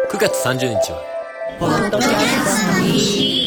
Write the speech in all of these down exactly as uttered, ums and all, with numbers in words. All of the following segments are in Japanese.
くがつさんじゅうにちはポッドキャストの日。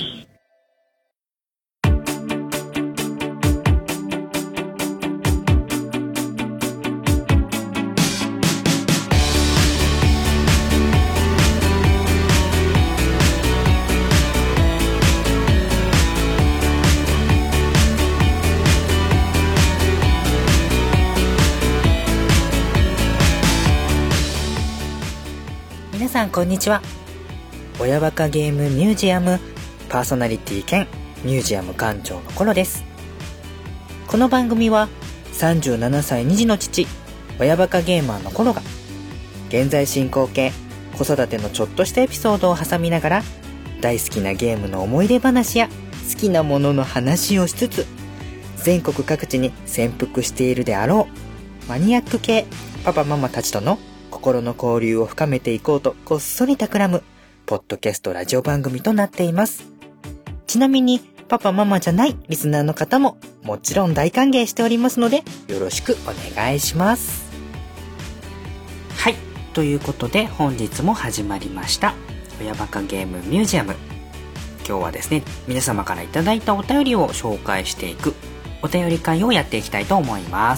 皆さんこんにちは。親バカゲームミュージアムパーソナリティ兼ミュージアム館長のコロです。この番組はさんじゅうななさいに児の父、親バカゲーマーのコロが現在進行形子育てのちょっとしたエピソードを挟みながら大好きなゲームの思い出話や好きなものの話をしつつ、全国各地に潜伏しているであろうマニアック系パパママたちとの心の交流を深めていこうとこっそり企むポッドキャストラジオ番組となっています。ちなみにパパママじゃないリスナーの方ももちろん大歓迎しておりますのでよろしくお願いします。はい、ということで本日も始まりました親バカゲームミュージアム。今日はですね、皆様からいただいたお便りを紹介していくお便り会をやっていきたいと思います。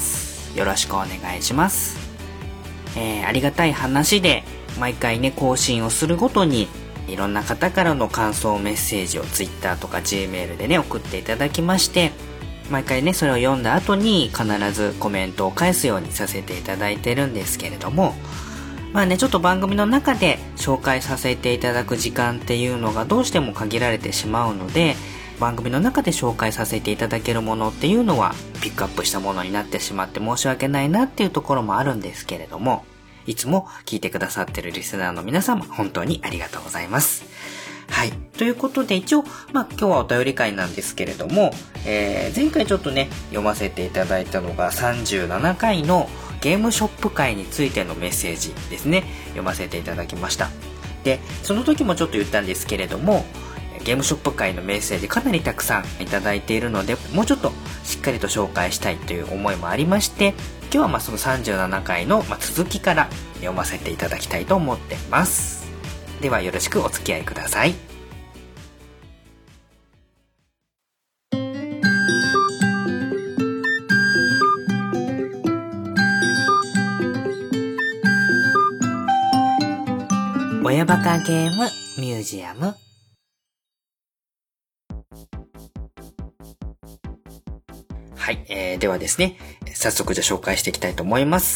よろしくお願いします。えー、ありがたい話で毎回ね更新をするごとにいろんな方からの感想メッセージを Twitter とか Gmail でね送っていただきまして、毎回ねそれを読んだ後に必ずコメントを返すようにさせていただいてるんですけれども、まあねちょっと番組の中で紹介させていただく時間っていうのがどうしても限られてしまうので、番組の中で紹介させていただけるものっていうのはピックアップしたものになってしまって申し訳ないなっていうところもあるんですけれども、いつも聞いてくださってるリスナーの皆様本当にありがとうございます。はい、ということで一応まあ今日はお便り会なんですけれども、えー、前回ちょっとね読ませていただいたのがさんじゅうななかいのゲームショップ会についてのメッセージですね、読ませていただきました。でその時もちょっと言ったんですけれども、ゲームショップ会のメッセージかなりたくさんいただいているので、もうちょっとしっかりと紹介したいという思いもありまして、今日はまあそのさんじゅうななかいのまあ続きから読ませていただきたいと思っています。ではよろしくお付き合いください。親バカゲームミュージアム。はい、えー、ではですね、早速じゃ紹介していきたいと思います。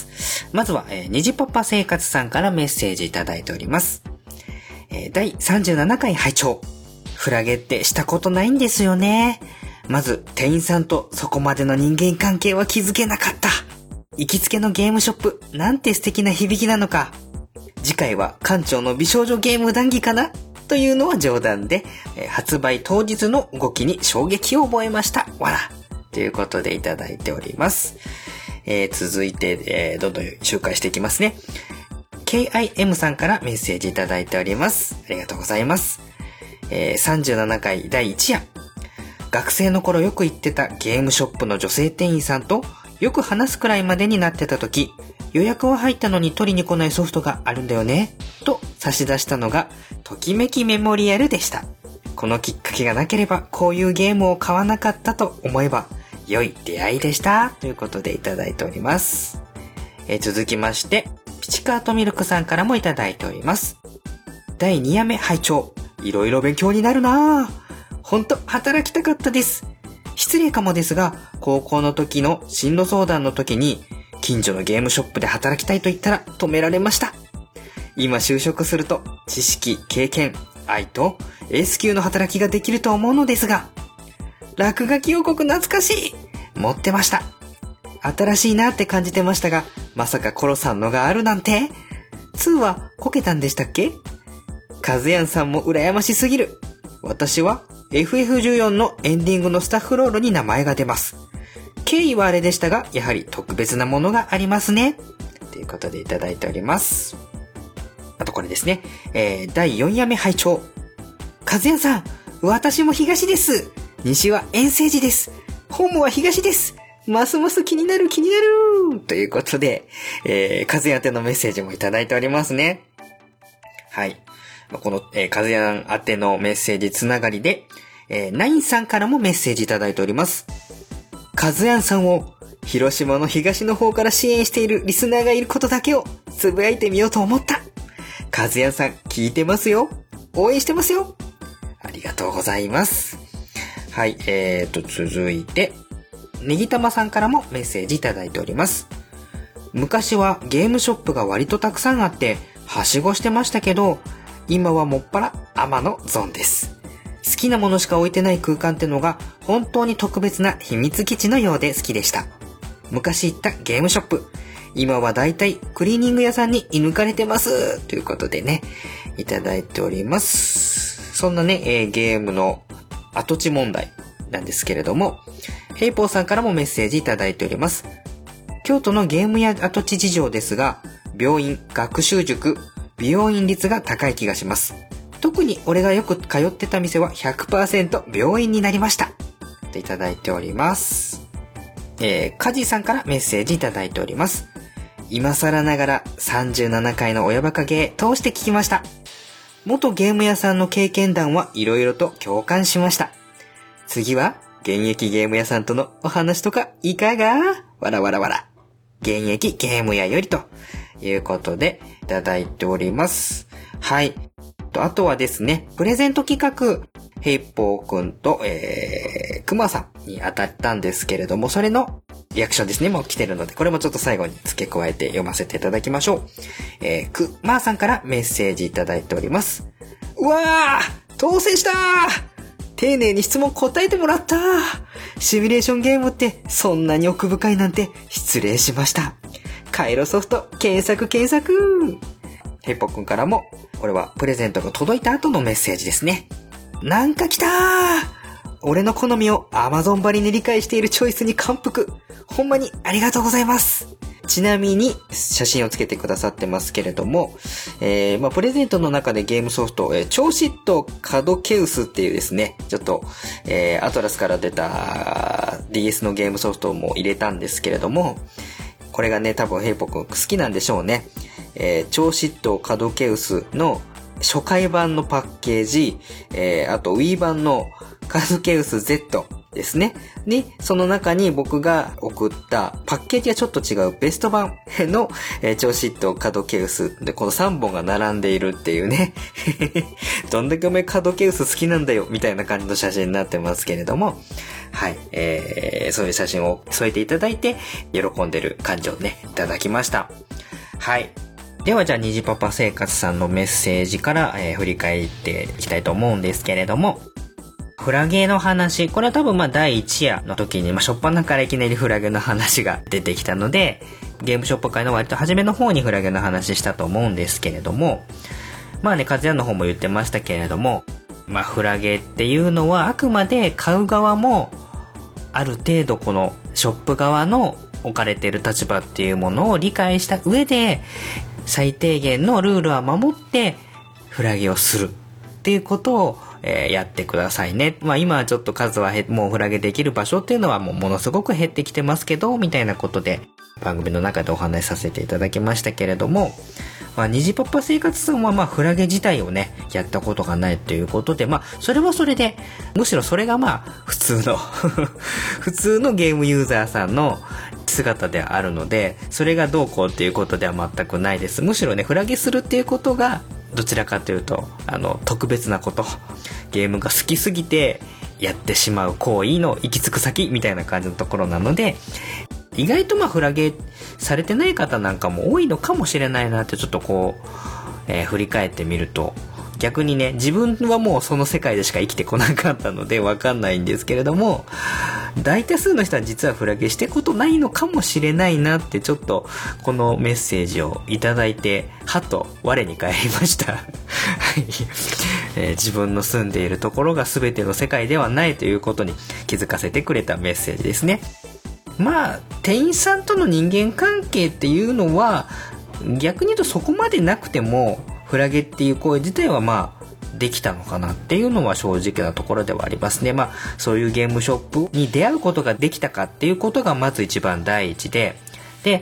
まずは、えー、にじパパ生活さんからメッセージいただいております。えー、だいさんじゅうななかい拝聴。フラゲってしたことないんですよね。まず、店員さんとそこまでの人間関係は築けなかった。行きつけのゲームショップ、なんて素敵な響きなのか。次回は館長の美少女ゲーム談義かなというのは冗談で、えー、発売当日の動きに衝撃を覚えました。わら。ということでいただいております。えー、続いて、えー、どんどん紹介していきますね。ケーアイエム さんからメッセージいただいております。ありがとうございます。えー、さんじゅうななかいだいいち夜。学生の頃よく行ってたゲームショップの女性店員さんとよく話すくらいまでになってた時、予約は入ったのに取りに来ないソフトがあるんだよね、と差し出したのがときめきメモリアルでした。このきっかけがなければこういうゲームを買わなかったと思えば良い出会いでしたということでいただいております。えー、続きましてピチカートミルクさんからもいただいております。だいに夜目拝聴。いろいろ勉強になるなぁ。ほんと働きたかったです。失礼かもですが高校の時の進路相談の時に近所のゲームショップで働きたいと言ったら止められました。今就職すると知識、経験、愛とエース級の働きができると思うのですが、落書き王国懐かしい持ってました。新しいなって感じてましたが、まさかコロさんのがあるなんて。にはこけたんでしたっけ？カズヤンさんも羨ましすぎる。私は エフエフじゅうよん のエンディングのスタッフロールに名前が出ます。経緯はあれでしたが、やはり特別なものがありますね。ということでいただいております。あとこれですね。えー、だいよん夜目拝聴。カズヤンさん、私も東です。西は遠征時です。ホームは東です。ますます気になる気になるということで、えー、カズヤン宛てのメッセージもいただいておりますね。はい。 この、えー、カズヤン宛てのメッセージつながりで、えー、ナインさんからもメッセージいただいております。カズヤンさんを広島の東の方から支援しているリスナーがいることだけをつぶやいてみようと思った。カズヤンさん聞いてますよ。応援してますよ。ありがとうございます。はい、えーと、続いて、ネギタマさんからもメッセージいただいております。昔はゲームショップが割とたくさんあって、はしごしてましたけど、今はもっぱら天のゾーンです。好きなものしか置いてない空間ってのが本当に特別な秘密基地のようで好きでした。昔行ったゲームショップ、今はだいたいクリーニング屋さんに射抜かれてます。ということでね、いただいております。そんなね、えー、ゲームの跡地問題なんですけれども、ヘイポーさんからもメッセージいただいております。京都のゲーム屋跡地事情ですが、病院、学習塾、美容院率が高い気がします。特に俺がよく通ってた店は ひゃくパーセント 病院になりました。といただいております。えー、カジさんからメッセージいただいております。今更ながらさんじゅうななかいの親バカゲー通して聞きました。元ゲーム屋さんの経験談はいろいろと共感しました。次は現役ゲーム屋さんとのお話とかいかが？わらわらわら。現役ゲーム屋よりということでいただいております。はい。あとはですね、プレゼント企画、ヘイポーくんと、えー、クマさんに当たったんですけれども、それのリアクションですね、もう来てるので、これもちょっと最後に付け加えて読ませていただきましょう。えー、クマさんからメッセージいただいております。うわー！当選したー！丁寧に質問答えてもらったー！シミュレーションゲームってそんなに奥深いなんて失礼しました。カイロソフト検索検索！ヘイポーくんからも、これはプレゼントが届いた後のメッセージですね。なんか来たー！俺の好みを Amazon ばりに理解しているチョイスに感服。ほんまにありがとうございます。ちなみに写真をつけてくださってますけれども、えー、まあプレゼントの中でゲームソフト、えー、超シットカドケウスっていうですね、ちょっと、えー、アトラスから出た ディーエス のゲームソフトも入れたんですけれども、これがね、多分ヘイポくん好きなんでしょうね。えー、超シットカドケウスの初回版のパッケージ、えー、あと Wii 版のカドケウス Z ですね。に、その中に僕が送ったパッケージがちょっと違うベスト版の、えー、超シットカドケウスで、このさんぼんが並んでいるっていうね。どんだけお前カドケウス好きなんだよみたいな感じの写真になってますけれども、はい、えー、そういう写真を添えていただいて喜んでる感じをね、いただきました。はい。ではじゃあ虹パパ生活さんのメッセージから、えー、振り返っていきたいと思うんですけれども、フラゲの話、これは多分まあだいいち夜の時に、まあ、初っ端からいきなりフラゲの話が出てきたので、ゲームショップ界の割と初めの方にフラゲの話したと思うんですけれども、まあね、カズヤの方も言ってましたけれども、まあフラゲっていうのはあくまで買う側もある程度このショップ側の置かれている立場っていうものを理解した上で、最低限のルールは守ってフラゲをするっていうことを、えー、やってくださいね。まあ今はちょっと数はもうフラゲできる場所っていうのはもうものすごく減ってきてますけど、みたいなことで番組の中でお話しさせていただきましたけれども、まあ虹パパ生活さんはまあフラゲ自体をねやったことがないということで、まあそれはそれでむしろそれがまあ普通の普通のゲームユーザーさんの姿であるので、それがどうこうっていうことでは全くないです。むしろね、フラゲするっていうことがどちらかというとあの特別なこと、ゲームが好きすぎてやってしまう行為の行き着く先みたいな感じのところなので、意外とまあフラゲされてない方なんかも多いのかもしれないなってちょっとこう、えー、振り返ってみると、逆にね、自分はもうその世界でしか生きてこなかったのでわかんないんですけれども、大多数の人は実はフラゲしてことないのかもしれないなってちょっとこのメッセージをいただいてはっと我に返りました、えー、自分の住んでいるところが全ての世界ではないということに気づかせてくれたメッセージですね。まあ店員さんとの人間関係っていうのは逆に言うとそこまでなくてもフラゲっていう行為自体はまあできたのかなっていうのは正直なところではありますね。まあそういうゲームショップに出会うことができたかっていうことがまず一番第一で、で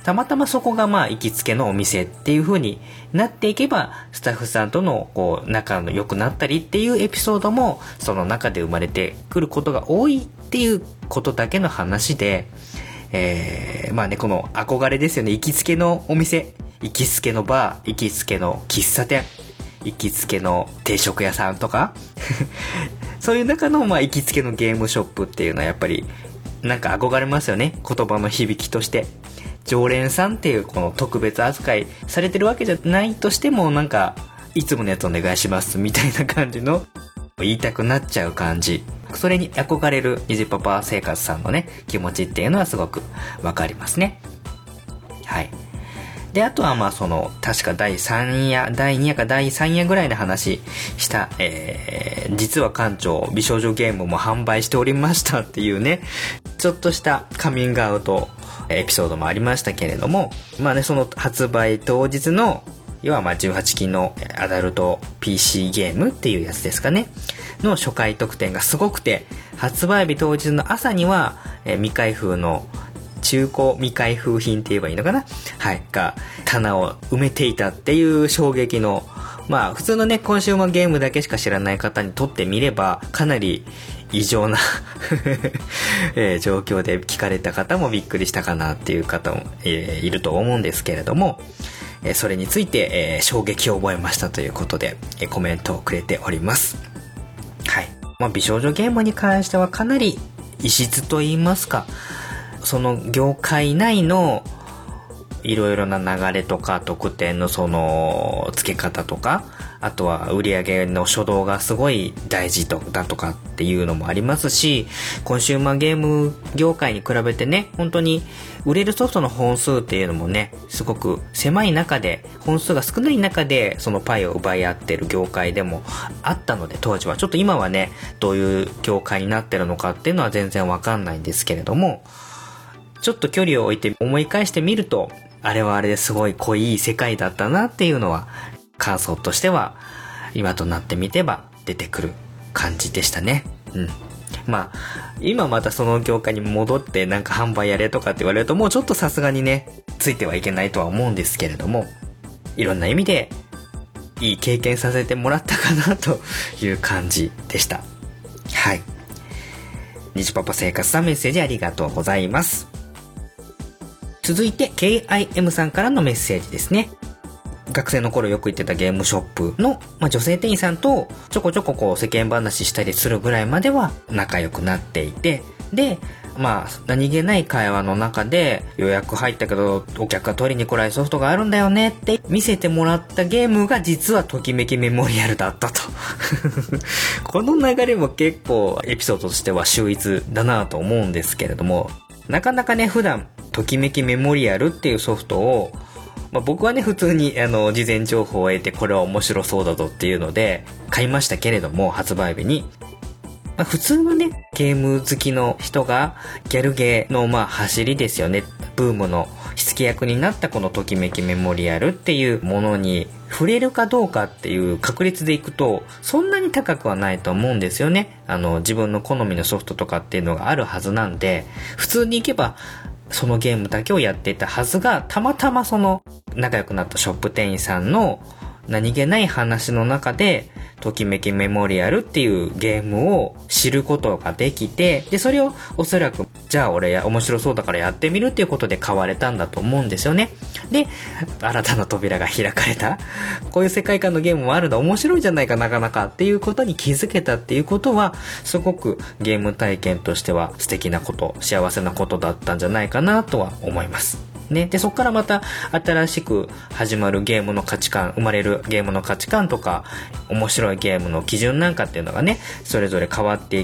たまたまそこがまあ行きつけのお店っていう風になっていけば、スタッフさんとのこう仲の良くなったりっていうエピソードもその中で生まれてくることが多いっていうことだけの話で、えー、まあね、この憧れですよね。行きつけのお店、行きつけのバー、行きつけの喫茶店、行きつけの定食屋さんとかそういう中のまあ行きつけのゲームショップっていうのはやっぱりなんか憧れますよね。言葉の響きとして常連さんっていうこの特別扱いされてるわけじゃないとしても、なんかいつものやつお願いしますみたいな感じの言いたくなっちゃう感じ、それに憧れる虹パパ生活さんのね気持ちっていうのはすごくわかりますね。はい。で、あとはまあその確かだいさん夜だいに夜かだいさん夜ぐらいで話した、えー、実は館長美少女ゲームも販売しておりましたっていうね、ちょっとしたカミングアウトエピソードもありましたけれども、まあね、その発売当日の要はまあじゅうはち禁のアダルト ピーシー ゲームっていうやつですかねの初回特典がすごくて、発売日当日の朝には、えー、未開封の中古未開封品って言えばいいのかな、はいが棚を埋めていたっていう衝撃の、まあ普通のねコンシューマーゲームだけしか知らない方にとってみればかなり異常な、えー、状況で聞かれた方もびっくりしたかなっていう方も、えー、いると思うんですけれども、えー、それについて、えー、衝撃を覚えましたということで、えー、コメントをくれております。はい。まあ美少女ゲームに関してはかなり異質と言いますか、その業界内のいろいろな流れとか特典のその付け方とか、あとは売り上げの初動がすごい大事とだとかっていうのもありますし、コンシューマーゲーム業界に比べてね、本当に売れるソフトの本数っていうのもねすごく狭い中で、本数が少ない中でそのパイを奪い合ってる業界でもあったので、当時はちょっと今はねどういう業界になってるのかっていうのは全然わかんないんですけれども、ちょっと距離を置いて思い返してみると、あれはあれですごい濃い世界だったなっていうのは感想としては今となってみてば出てくる感じでしたね。うん。まあ今またその業界に戻ってなんか販売やれとかって言われるともうちょっとさすがにねついてはいけないとは思うんですけれども、いろんな意味でいい経験させてもらったかなという感じでした。はい。虹パパ生活さんメッセージありがとうございます。続いて ケーアイエム さんからのメッセージですね。学生の頃よく行ってたゲームショップの、まあ、女性店員さんとちょこちょここう世間話したりするぐらいまでは仲良くなっていて、でまあ何気ない会話の中で予約入ったけどお客が取りに来ないソフトがあるんだよねって見せてもらったゲームが実はときめきメモリアルだったとこの流れも結構エピソードとしては秀逸だなと思うんですけれども、なかなかね普段ときめきメモリアルっていうソフトを、まあ、僕はね普通にあの事前情報を得てこれは面白そうだぞっていうので買いましたけれども、発売日に、まあ、普通のねゲーム好きの人がギャルゲーのまあ走りですよね、ブームの火付け役になったこのときめきメモリアルっていうものに触れるかどうかっていう確率でいくとそんなに高くはないと思うんですよね。あの自分の好みのソフトとかっていうのがあるはずなんで、普通に行けばそのゲームだけをやっていたはずが、たまたまその仲良くなったショップ店員さんの何気ない話の中でときめきメモリアルっていうゲームを知ることができて、でそれをおそらくじゃあ俺や面白そうだからやってみるっていうことで買われたんだと思うんですよね。で新たな扉が開かれた、こういう世界観のゲームもあるんだ、面白いじゃないかなかなかっていうことに気づけたっていうことはすごくゲーム体験としては素敵なこと、幸せなことだったんじゃないかなとは思いますね。でそこからまた新しく始まるゲームの価値観、生まれるゲームの価値観とか面白いゲームの基準なんかっていうのがねそれぞれ変わっていって、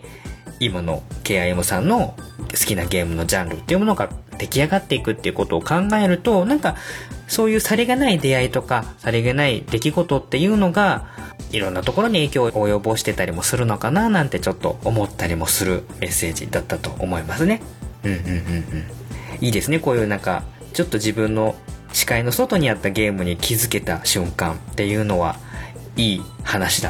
今の ケーアイエム さんの好きなゲームのジャンルっていうものが出来上がっていくっていうことを考えると、なんかそういうさりげない出会いとかさりげない出来事っていうのがいろんなところに影響を及ぼしてたりもするのかななんてちょっと思ったりもするメッセージだったと思いますね。うんうんうんうん。いいですね、こういうなんかちょっと自分の視界の外にあったゲームに気づけた瞬間っていうのはいい話だな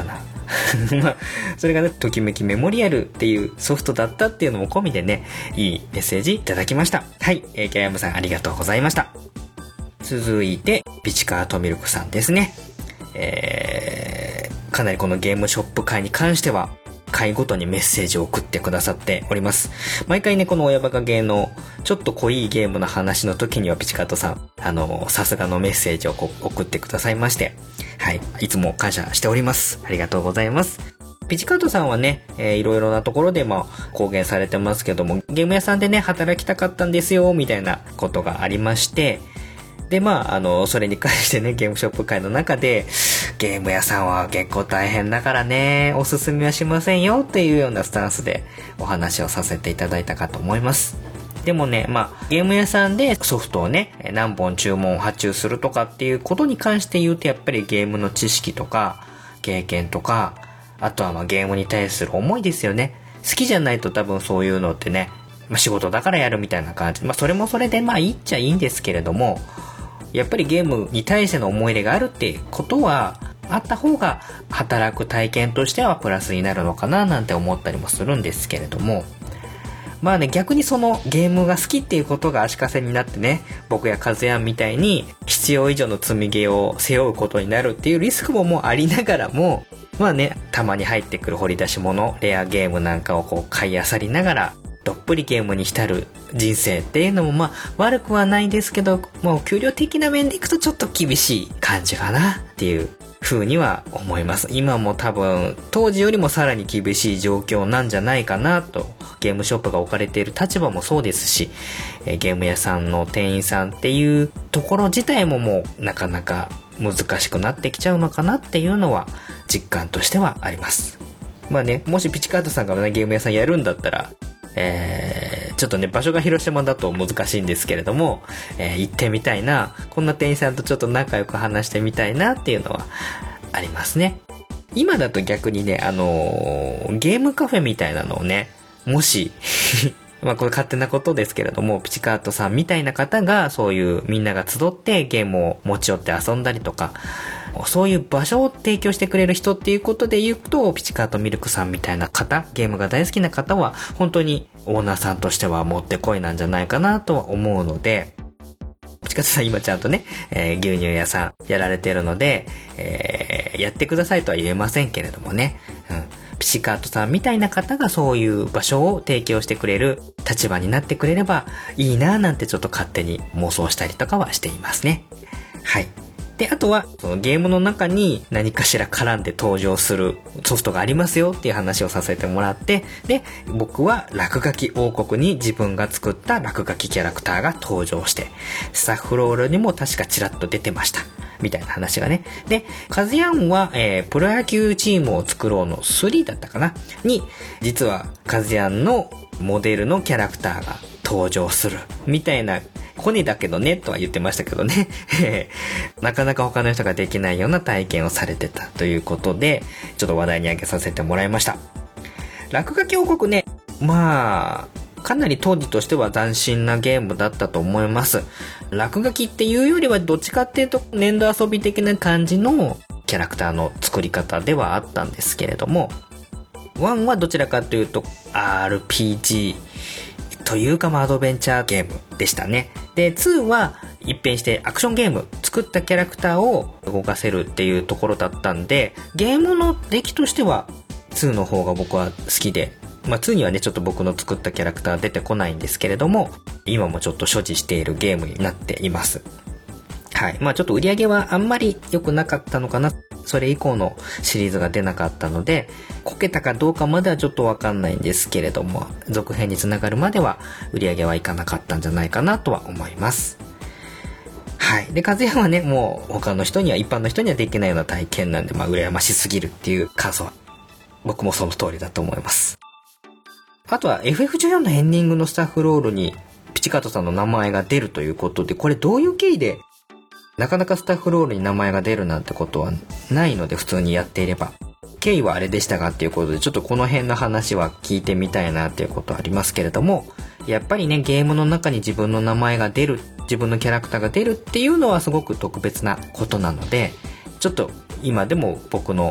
まあ、それがね、ときめきメモリアルっていうソフトだったっていうのも込みでね、いいメッセージいただきました。はい、えー、キャヤムさんありがとうございました。続いて、ピチカートミルクさんですね。えー、かなりこのゲームショップ会に関しては、回ごとにメッセージを送ってくださっております。毎回ね、この親バカゲーのちょっと濃いゲームの話の時にはピチカートさん、あの、さすがのメッセージを送ってくださいまして、はい、いつも感謝しております。ありがとうございます。ピチカートさんはね、えー、いろいろなところでまあ公言されてますけども、ゲーム屋さんでね、働きたかったんですよ、みたいなことがありまして、で、まあ、あの、それに関してね、ゲームショップ会の中で、ゲーム屋さんは結構大変だからね、おすすめはしませんよっていうようなスタンスでお話をさせていただいたかと思います。でもね、まあ、ゲーム屋さんでソフトをね、何本注文発注するとかっていうことに関して言うと、やっぱりゲームの知識とか、経験とか、あとはまあゲームに対する思いですよね。好きじゃないと多分そういうのってね、まあ、仕事だからやるみたいな感じ。まあ、それもそれでまあいいっちゃいいんですけれども、やっぱりゲームに対しての思い入れがあるってことはあった方が働く体験としてはプラスになるのかななんて思ったりもするんですけれども、まあね、逆にそのゲームが好きっていうことが足かせになってね、僕やカズヤンみたいに必要以上の積みゲーを背負うことになるっていうリスクももうありながらも、まあね、たまに入ってくる掘り出し物、レアゲームなんかをこう買い漁りながらどっぷりゲームに浸る人生っていうのもまあ悪くはないですけど、もう給料的な面でいくとちょっと厳しい感じかなっていう風には思います。今も多分当時よりもさらに厳しい状況なんじゃないかなと、ゲームショップが置かれている立場もそうですし、えー、ゲーム屋さんの店員さんっていうところ自体ももうなかなか難しくなってきちゃうのかなっていうのは実感としてはあります。まあね、もしピチカートさんが、ね、ゲーム屋さんやるんだったら、えー、ちょっとね、場所が広島だと難しいんですけれども、えー、行ってみたいな、こんな店員さんとちょっと仲良く話してみたいなっていうのはありますね。今だと逆にね、あのー、ゲームカフェみたいなのをね、もしまあこれ勝手なことですけれども、ピチカートさんみたいな方がそういうみんなが集ってゲームを持ち寄って遊んだりとか、そういう場所を提供してくれる人っていうことで言うと、ピチカートミルクさんみたいな方、ゲームが大好きな方は本当にオーナーさんとしてはもってこいなんじゃないかなとは思うので、ピチカートさん今ちゃんとね、えー、牛乳屋さんやられてるので、えー、やってくださいとは言えませんけれどもね、うん、ピチカートさんみたいな方がそういう場所を提供してくれる立場になってくれればいいなぁなんてちょっと勝手に妄想したりとかはしていますね。はい。で、あとは、そのゲームの中に何かしら絡んで登場するソフトがありますよっていう話をさせてもらって、で、僕は落書き王国に自分が作った落書きキャラクターが登場して、スタッフロールにも確かチラッと出てました。みたいな話がね。で、カズヤンは、えー、プロ野球チームを作ろうのスリーだったかなに、実はカズヤンのモデルのキャラクターが登場する。みたいな、コネだけどねとは言ってましたけどねなかなか他の人ができないような体験をされてたということで、ちょっと話題に挙げさせてもらいました。落書き王国ね、まあかなり当時としては斬新なゲームだったと思います。落書きっていうよりはどっちかっていうと粘土遊び的な感じのキャラクターの作り方ではあったんですけれども、ワンはどちらかというと アールピージー というかまあアドベンチャーゲームでしたね。で、ツーは一変してアクションゲーム、作ったキャラクターを動かせるっていうところだったんで、ゲームの出来としてはツーの方が僕は好きで、まあツーにはねちょっと僕の作ったキャラクター出てこないんですけれども、今もちょっと所持しているゲームになっています。はい。まあちょっと売り上げはあんまり良くなかったのかな。それ以降のシリーズが出なかったので、こけたかどうかまではちょっとわかんないんですけれども、続編につながるまでは売り上げはいかなかったんじゃないかなとは思います。はい。で、カズヤはね、もう他の人には、一般の人にはできないような体験なんで、まあ羨ましすぎるっていう感想は、僕もその通りだと思います。あとは エフエフじゅうよん のエンディングのスタッフロールにピチカートさんの名前が出るということで、これどういう経緯でなかなかスタッフロールに名前が出るなんてことはないので、普通にやっていれば経緯はあれでしたがっていうことで、ちょっとこの辺の話は聞いてみたいなっていうことはありますけれども、やっぱりねゲームの中に自分の名前が出る、自分のキャラクターが出るっていうのはすごく特別なことなので、ちょっと今でも僕の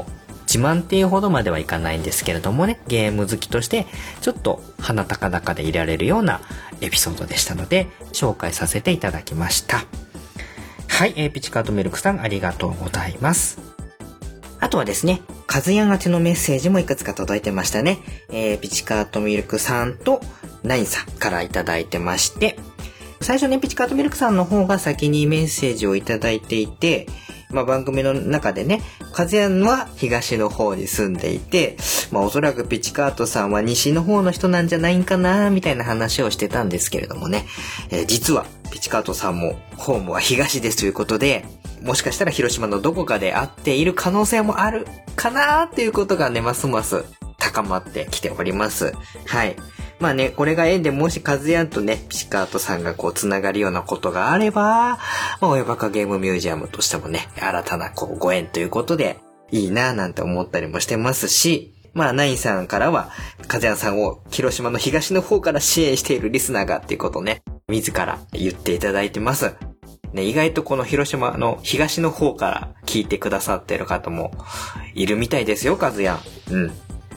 自慢っていうほどまではいかないんですけれどもね、ゲーム好きとしてちょっと鼻高々でいられるようなエピソードでしたので紹介させていただきました。はい、えー、ピチカートミルクさんありがとうございます。あとはですね、カズヤン宛てのメッセージもいくつか届いてましたね。えー、ピチカートミルクさんとナインさんからいただいてまして、最初ね、ピチカートミルクさんの方が先にメッセージをいただいていて、まあ番組の中でね、カズヤンは東の方に住んでいて、まあおそらくピチカートさんは西の方の人なんじゃないんかなみたいな話をしてたんですけれどもね、えー、実はピチカートさんもホームは東ですということで、もしかしたら広島のどこかで会っている可能性もあるかなっていうことがね、ますます高まってきております。はい。まあね、これが縁でもしカズヤンとね、ピチカートさんがこう繋がるようなことがあれば、まあ、親バカゲームミュージアムとしてもね、新たなこうご縁ということでいいなぁなんて思ったりもしてますし、まあナインさんからは、カズヤンさんを広島の東の方から支援しているリスナーがっていうことをね、自ら言っていただいてます。ね、意外とこの広島の東の方から聞いてくださってる方もいるみたいですよ、カズヤン。うん。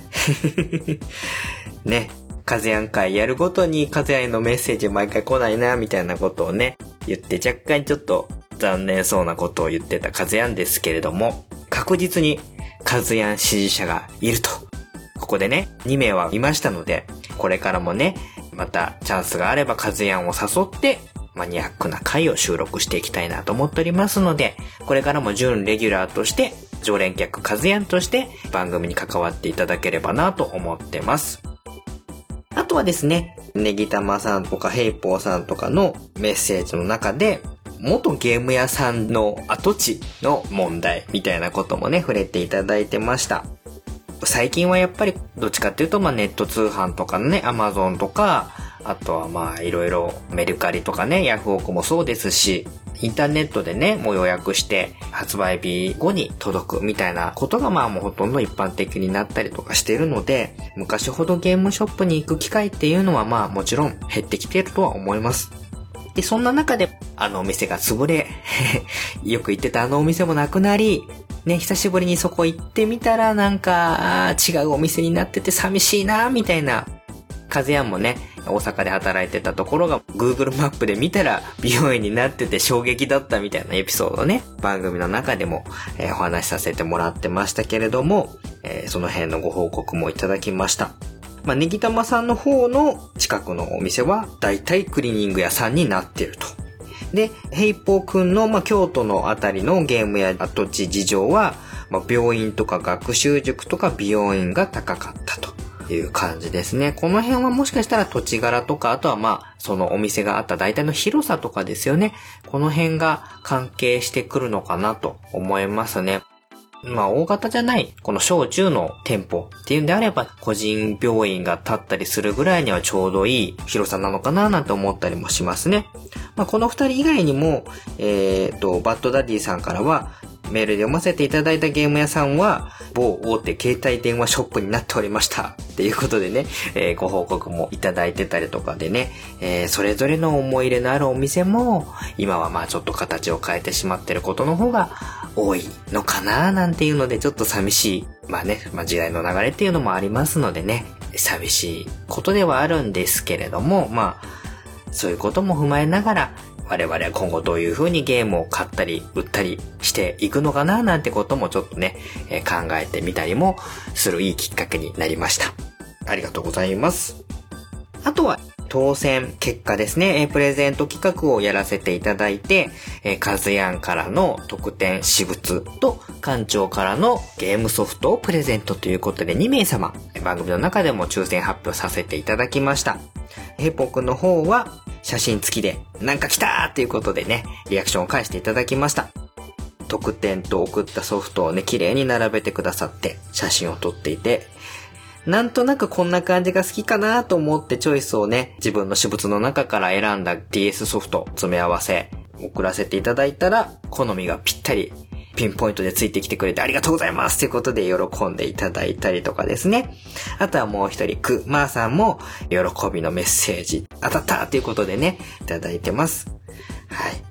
ね、カズヤン会やるごとにカズヤンへのメッセージ毎回来ないな、みたいなことをね、言って若干ちょっと残念そうなことを言ってたカズヤンですけれども、確実にカズヤン支持者がいると。ここでね、にめいはいましたので、これからもね、またチャンスがあればカズヤンを誘って、マニアックな回を収録していきたいなと思っておりますので、これからも準レギュラーとして、常連客カズヤンとして番組に関わっていただければなと思ってます。あとはですね、ネギタマさんとかヘイポーさんとかのメッセージの中で、元ゲーム屋さんの跡地の問題みたいなこともね、触れていただいてました。最近はやっぱりどっちかっていうと、まあネット通販とかね、アマゾンとか、あとはまあいろいろメルカリとかね、ヤフオクもそうですし、インターネットでね、もう予約して発売日後に届くみたいなことがまあもうほとんど一般的になったりとかしているので、昔ほどゲームショップに行く機会っていうのはまあもちろん減ってきているとは思います。で、そんな中であのお店が潰れ、よく行ってたあのお店もなくなり、ね、久しぶりにそこ行ってみたらなんか違うお店になってて寂しいなみたいな。カズヤンもね、大阪で働いてたところが Google マップで見たら美容院になってて衝撃だったみたいなエピソードをね、番組の中でも、えー、お話しさせてもらってましたけれども、えー、その辺のご報告もいただきました。まあ、ネギタマさんの方の近くのお店はだいたいクリーニング屋さんになってると。で、ヘイポーくんの、まあ、京都のあたりのゲームや跡地事情は、まあ、病院とか学習塾とか美容院が高かったという感じですね。この辺はもしかしたら土地柄とか、あとはまあ、そのお店があった大体の広さとかですよね。この辺が関係してくるのかなと思いますね。まあ大型じゃない、この小中の店舗っていうんであれば、個人病院が建ったりするぐらいにはちょうどいい広さなのかななんて思ったりもしますね。まあこの二人以外にも、えっと、バッドダディさんからは、メールで読ませていただいたゲーム屋さんは、某大手携帯電話ショップになっておりました。っていうことでね、えー、ご報告もいただいてたりとかでね、えー、それぞれの思い入れのあるお店も、今はまあちょっと形を変えてしまってることの方が多いのかななんていうので、ちょっと寂しい。まあね、まあ時代の流れっていうのもありますのでね、寂しいことではあるんですけれども、まあ、そういうことも踏まえながら、我々は今後どういう風にゲームを買ったり売ったりしていくのかななんてこともちょっとね、えー、考えてみたりもするいいきっかけになりました。ありがとうございます。あとは当選結果ですね、えー、プレゼント企画をやらせていただいて、えー、カズヤンからの特典私物と館長からのゲームソフトをプレゼントということでにめいさま番組の中でも抽選発表させていただきました。ヘイポーくんの方は写真付きでなんか来たーっていうことでね、リアクションを返していただきました。特典と送ったソフトをね、綺麗に並べてくださって写真を撮っていて、なんとなくこんな感じが好きかなと思ってチョイスをね、自分の私物の中から選んだ ディーエス ソフト詰め合わせ送らせていただいたら、好みがぴったりピンポイントでついてきてくれてありがとうございますということで喜んでいただいたりとかですね。あとはもう一人、くまーさんも喜びのメッセージ当たったということでね、いただいてます。はい。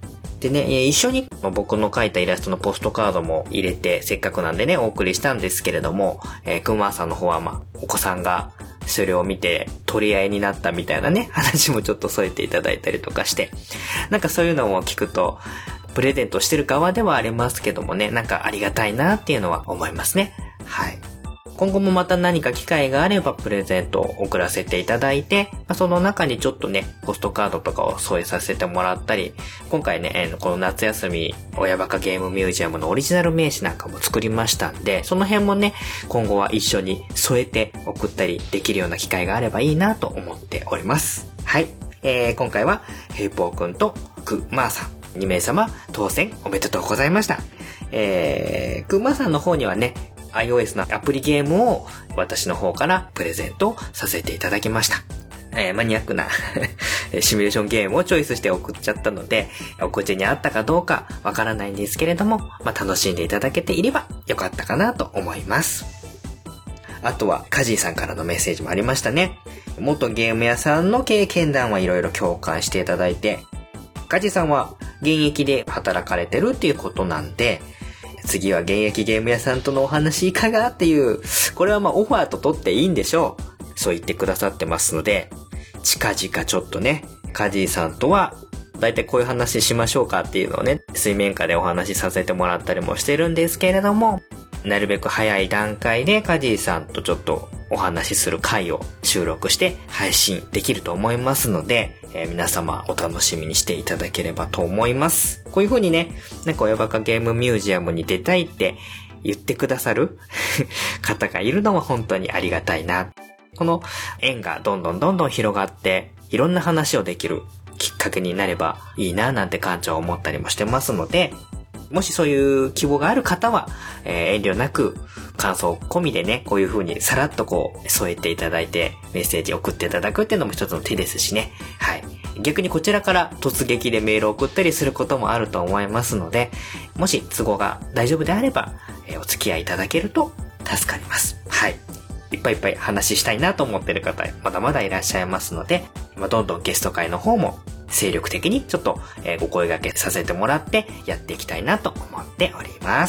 でね、一緒に僕の描いたイラストのポストカードも入れて、せっかくなんでね、お送りしたんですけれども、えー、くまさんの方はまあ、お子さんがそれを見て取り合いになったみたいなね、話もちょっと添えていただいたりとかして、なんかそういうのも聞くと、プレゼントしてる側ではありますけどもね、なんかありがたいなっていうのは思いますね。はい。今後もまた何か機会があればプレゼントを送らせていただいて、その中にちょっとね、ポストカードとかを添えさせてもらったり、今回ね、この夏休み、親バカゲームミュージアムのオリジナル名刺なんかも作りましたんで、その辺もね、今後は一緒に添えて送ったりできるような機会があればいいなと思っております。はい。えー、今回は、ヘイポーくんとクマーさん、にめいさま当選おめでとうございました。えー、クマーさんの方にはね、iOS のアプリゲームを私の方からプレゼントさせていただきました。えー、マニアックなシミュレーションゲームをチョイスして送っちゃったので、お口に合ったかどうかわからないんですけれども、まあ、楽しんでいただけていればよかったかなと思います。あとは、カジーさんからのメッセージもありましたね。元ゲーム屋さんの経験談はいろいろ共感していただいて、カジーさんは現役で働かれてるっていうことなんで、次は現役ゲーム屋さんとのお話いかがっていう、これはまあオファーと取っていいんでしょう。そう言ってくださってますので、近々ちょっとね、カジーさんとは、だいたいこういう話しましょうかっていうのをね、水面下でお話しさせてもらったりもしてるんですけれども、なるべく早い段階でカジーさんとちょっとお話しする回を収録して配信できると思いますので、えー、皆様お楽しみにしていただければと思います。こういう風にね、なんか親バカゲームミュージアムに出たいって言ってくださる方がいるのは本当にありがたいな。この縁がどんどんどんどん広がっていろんな話をできるきっかけになればいいななんて館長は思ったりもしてますので、もしそういう希望がある方は、えー、遠慮なく感想込みでね、こういう風にさらっとこう添えていただいてメッセージ送っていただくっていうのも一つの手ですしね。はい。逆にこちらから突撃でメールを送ったりすることもあると思いますので、もし都合が大丈夫であれば、えー、お付き合いいただけると助かります。はい。いっぱいいっぱい話したいなと思ってる方まだまだいらっしゃいますので、まあ、どんどんゲスト会の方も精力的にちょっと、えー、ご声掛けさせてもらってやっていきたいなと思っております。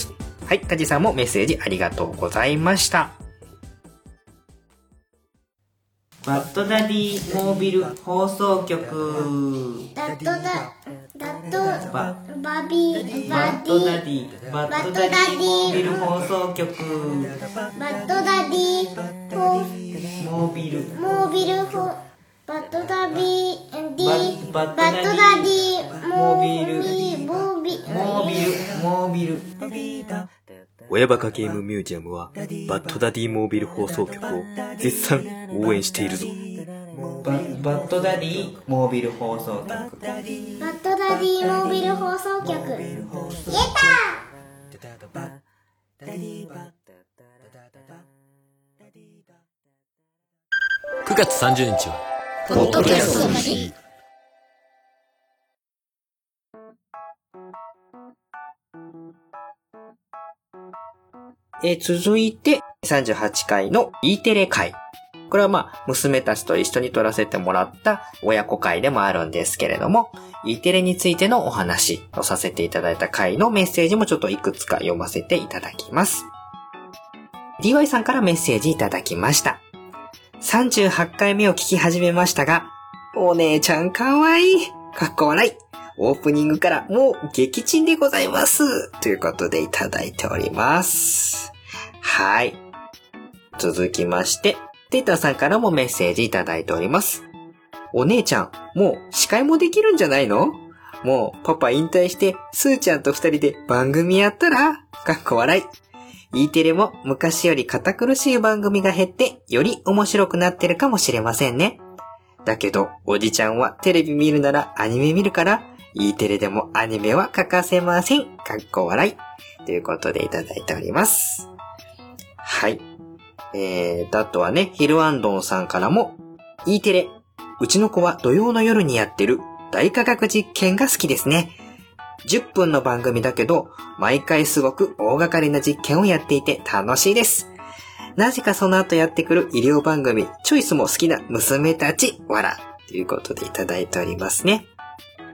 はい、カジさんもメッセージありがとうございました。バッドダディモービル放送局。 ダッドダダッドババビーバッバデドダディィバッドダディモービル放送局。 バッドダディホモービルモービルホバッドダディディバッバッドダディモービルモービモービルモービル親バカゲームミュージアムはバッドダディモービル放送局を絶賛応援しているぞ。バ, バッドダディモービル放送局。 バッドダディモービル放送局。やったくがつさんじゅうにちはポッドキャストの日。 えー、続いてさんじゅうはちかいの E テレ会。これはまあ娘たちと一緒に撮らせてもらった親子会でもあるんですけれども、E テレについてのお話をさせていただいた回のメッセージもちょっといくつか読ませていただきます。ディーワイ さんからメッセージいただきました。さんじゅうはちかいめを聞き始めましたが、お姉ちゃんかわいい。かっこ笑い。オープニングからもう撃沈でございます。ということでいただいております。はい。続きまして、テータさんからもメッセージいただいております。お姉ちゃん、もう司会もできるんじゃないの？もうパパ引退して、スーちゃんと二人で番組やったら？かっこ笑い。E テレも昔より堅苦しい番組が減って、より面白くなってるかもしれませんね。だけど、おじちゃんはテレビ見るならアニメ見るから、E テレでもアニメは欠かせません。かっこ笑い。ということでいただいております。はい。えーと、あとはね、ヒルアンドンさんからも、E テレ、うちの子は土曜の夜にやってる大科学実験が好きですね。じゅっぷんの番組だけど、毎回すごく大掛かりな実験をやっていて楽しいです。なぜかその後やってくる医療番組、チョイスも好きな娘たち、わら。ということでいただいておりますね。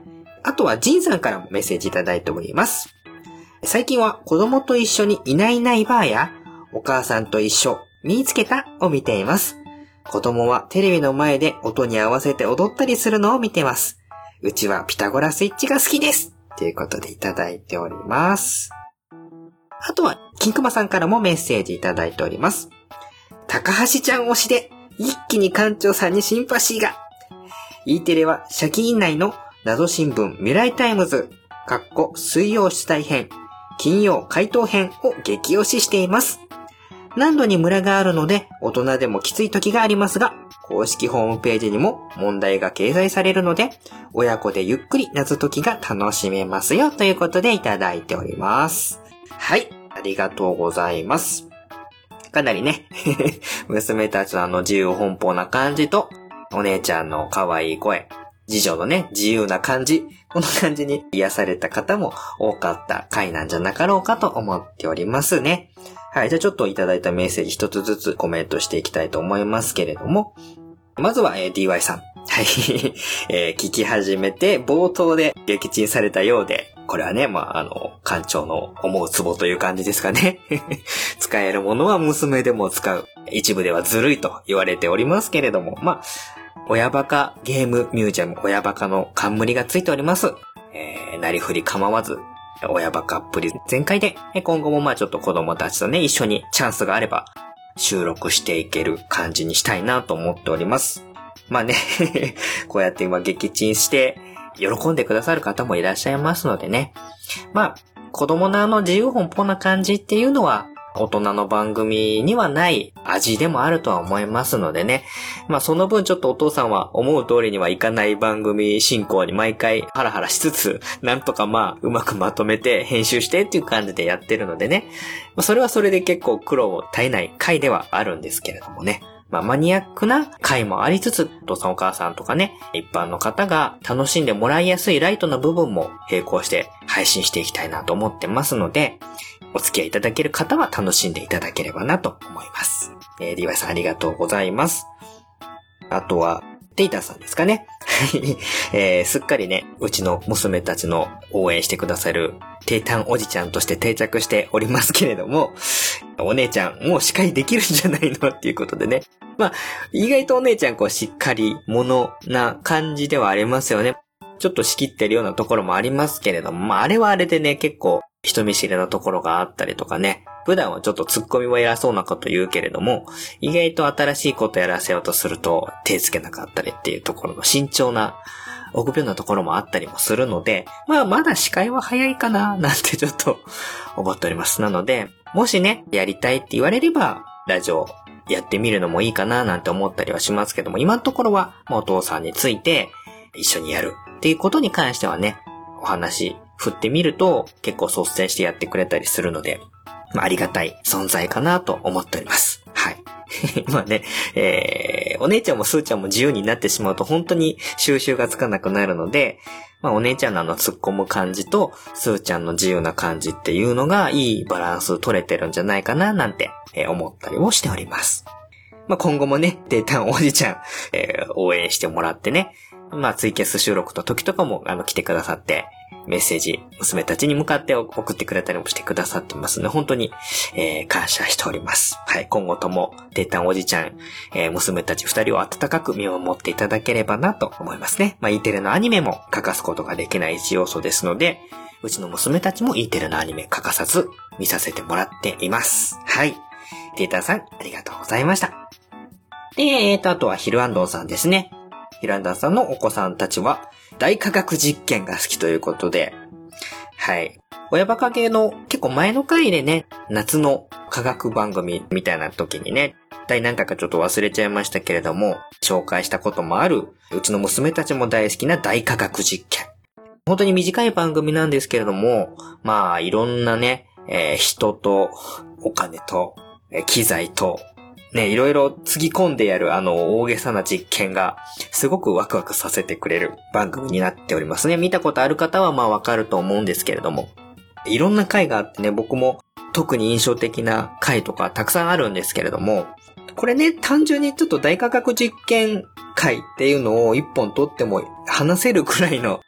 あとはジンさんからもメッセージいただいております。最近は子供と一緒にいないいないばあや、お母さんと一緒、見つけたを見ています。子供はテレビの前で音に合わせて踊ったりするのを見てます。うちはピタゴラスイッチが好きです。ということでいただいております。あとは、金熊さんからもメッセージいただいております。高橋ちゃん推しで、一気に館長さんにシンパシーが。E テレは、社記院内の謎新聞未来タイムズ、かっこ水曜出題編、金曜回答編を激推ししています。何度にムラがあるので、大人でもきつい時がありますが、公式ホームページにも問題が掲載されるので、親子でゆっくり謎解きが楽しめますよということでいただいております。はい、ありがとうございます。かなりね、娘たちのあの自由奔放な感じと、お姉ちゃんの可愛い声、次女のね、自由な感じ、この感じに癒された方も多かった回なんじゃなかろうかと思っておりますね。はい、じゃあちょっといただいたメッセージ一つずつコメントしていきたいと思いますけれども、まずは、えー、ディーワイ さん。はい、えー、聞き始めて冒頭で撃沈されたようで、これはね、まあ、あの、館長の思うツボという感じですかね。使えるものは娘でも使う。一部ではずるいと言われておりますけれども、まあ、親バカゲームミュージアム、親バカの冠がついております。えー、なりふり構わず、親バカっぷり全開で、今後もまあちょっと子供たちとね、一緒にチャンスがあれば、収録していける感じにしたいなと思っております。まあね、こうやって今撃沈して、喜んでくださる方もいらっしゃいますのでね。まあ、子供のあの自由奔放な感じっていうのは、大人の番組にはない味でもあるとは思いますのでね。まあその分ちょっとお父さんは思う通りにはいかない番組進行に毎回ハラハラしつつ、なんとかまあうまくまとめて編集してっていう感じでやってるのでね。まあそれはそれで結構苦労を絶えない回ではあるんですけれどもね。まあマニアックな回もありつつ、お父さんお母さんとかね、一般の方が楽しんでもらいやすいライトな部分も並行して配信していきたいなと思ってますので、お付き合いいただける方は楽しんでいただければなと思います。えー、ディーワイ さんありがとうございます。あとは、テイターさんですかね。えー、すっかりね、うちの娘たちの応援してくださるテイタンおじちゃんとして定着しておりますけれども、お姉ちゃんもう司会できるんじゃないのっていうことでね。まあ、意外とお姉ちゃんこうしっかり者な感じではありますよね。ちょっと仕切ってるようなところもありますけれども、まああれはあれでね、結構人見知りなところがあったりとかね、普段はちょっとツッコミは偉そうなこと言うけれども、意外と新しいことやらせようとすると手つけなかったりっていうところの慎重な、臆病なところもあったりもするので、まあまだ司会は早いかな、なんてちょっと思っております。なので、もしね、やりたいって言われれば、ラジオやってみるのもいいかな、なんて思ったりはしますけども、今のところは、お父さんについて一緒にやるっていうことに関してはね、お話振ってみると結構率先してやってくれたりするので、まあ、ありがたい存在かなと思っております。はい。まあね、えー、お姉ちゃんもスーちゃんも自由になってしまうと本当に収集がつかなくなるので、まあお姉ちゃんのあの突っ込む感じとスーちゃんの自由な感じっていうのがいいバランス取れてるんじゃないかななんて思ったりもしております。まあ今後もね、データおじちゃん、えー、応援してもらってね、まあツイキャス収録の時とかもあの来てくださって、メッセージ、娘たちに向かって送ってくれたりもしてくださってますので、本当に、えー、感謝しております。はい、今後とも、データンおじちゃん、えー、娘たち二人を温かく見守っていただければなと思いますね。まあ、E テレのアニメも欠かすことができない一要素ですので、うちの娘たちも E テレのアニメ欠かさず見させてもらっています。はい。データさん、ありがとうございました。で、えーと、あとはヒルアンドンさんですね。ヒルアンドンさんのお子さんたちは、大科学実験が好きということで、はい。親バカ系の結構前の回でね、夏の科学番組みたいな時にね、第何回かちょっと忘れちゃいましたけれども、紹介したこともある、うちの娘たちも大好きな大科学実験。本当に短い番組なんですけれども、まあ、いろんなね、えー、人とお金と、えー、機材と、ね、いろいろつぎ込んでやるあの大げさな実験がすごくワクワクさせてくれる番組になっておりますね。見たことある方はまあわかると思うんですけれども。いろんな回があってね、僕も特に印象的な回とかたくさんあるんですけれども、これね、単純にちょっと大科学実験回っていうのを一本取っても話せるくらいの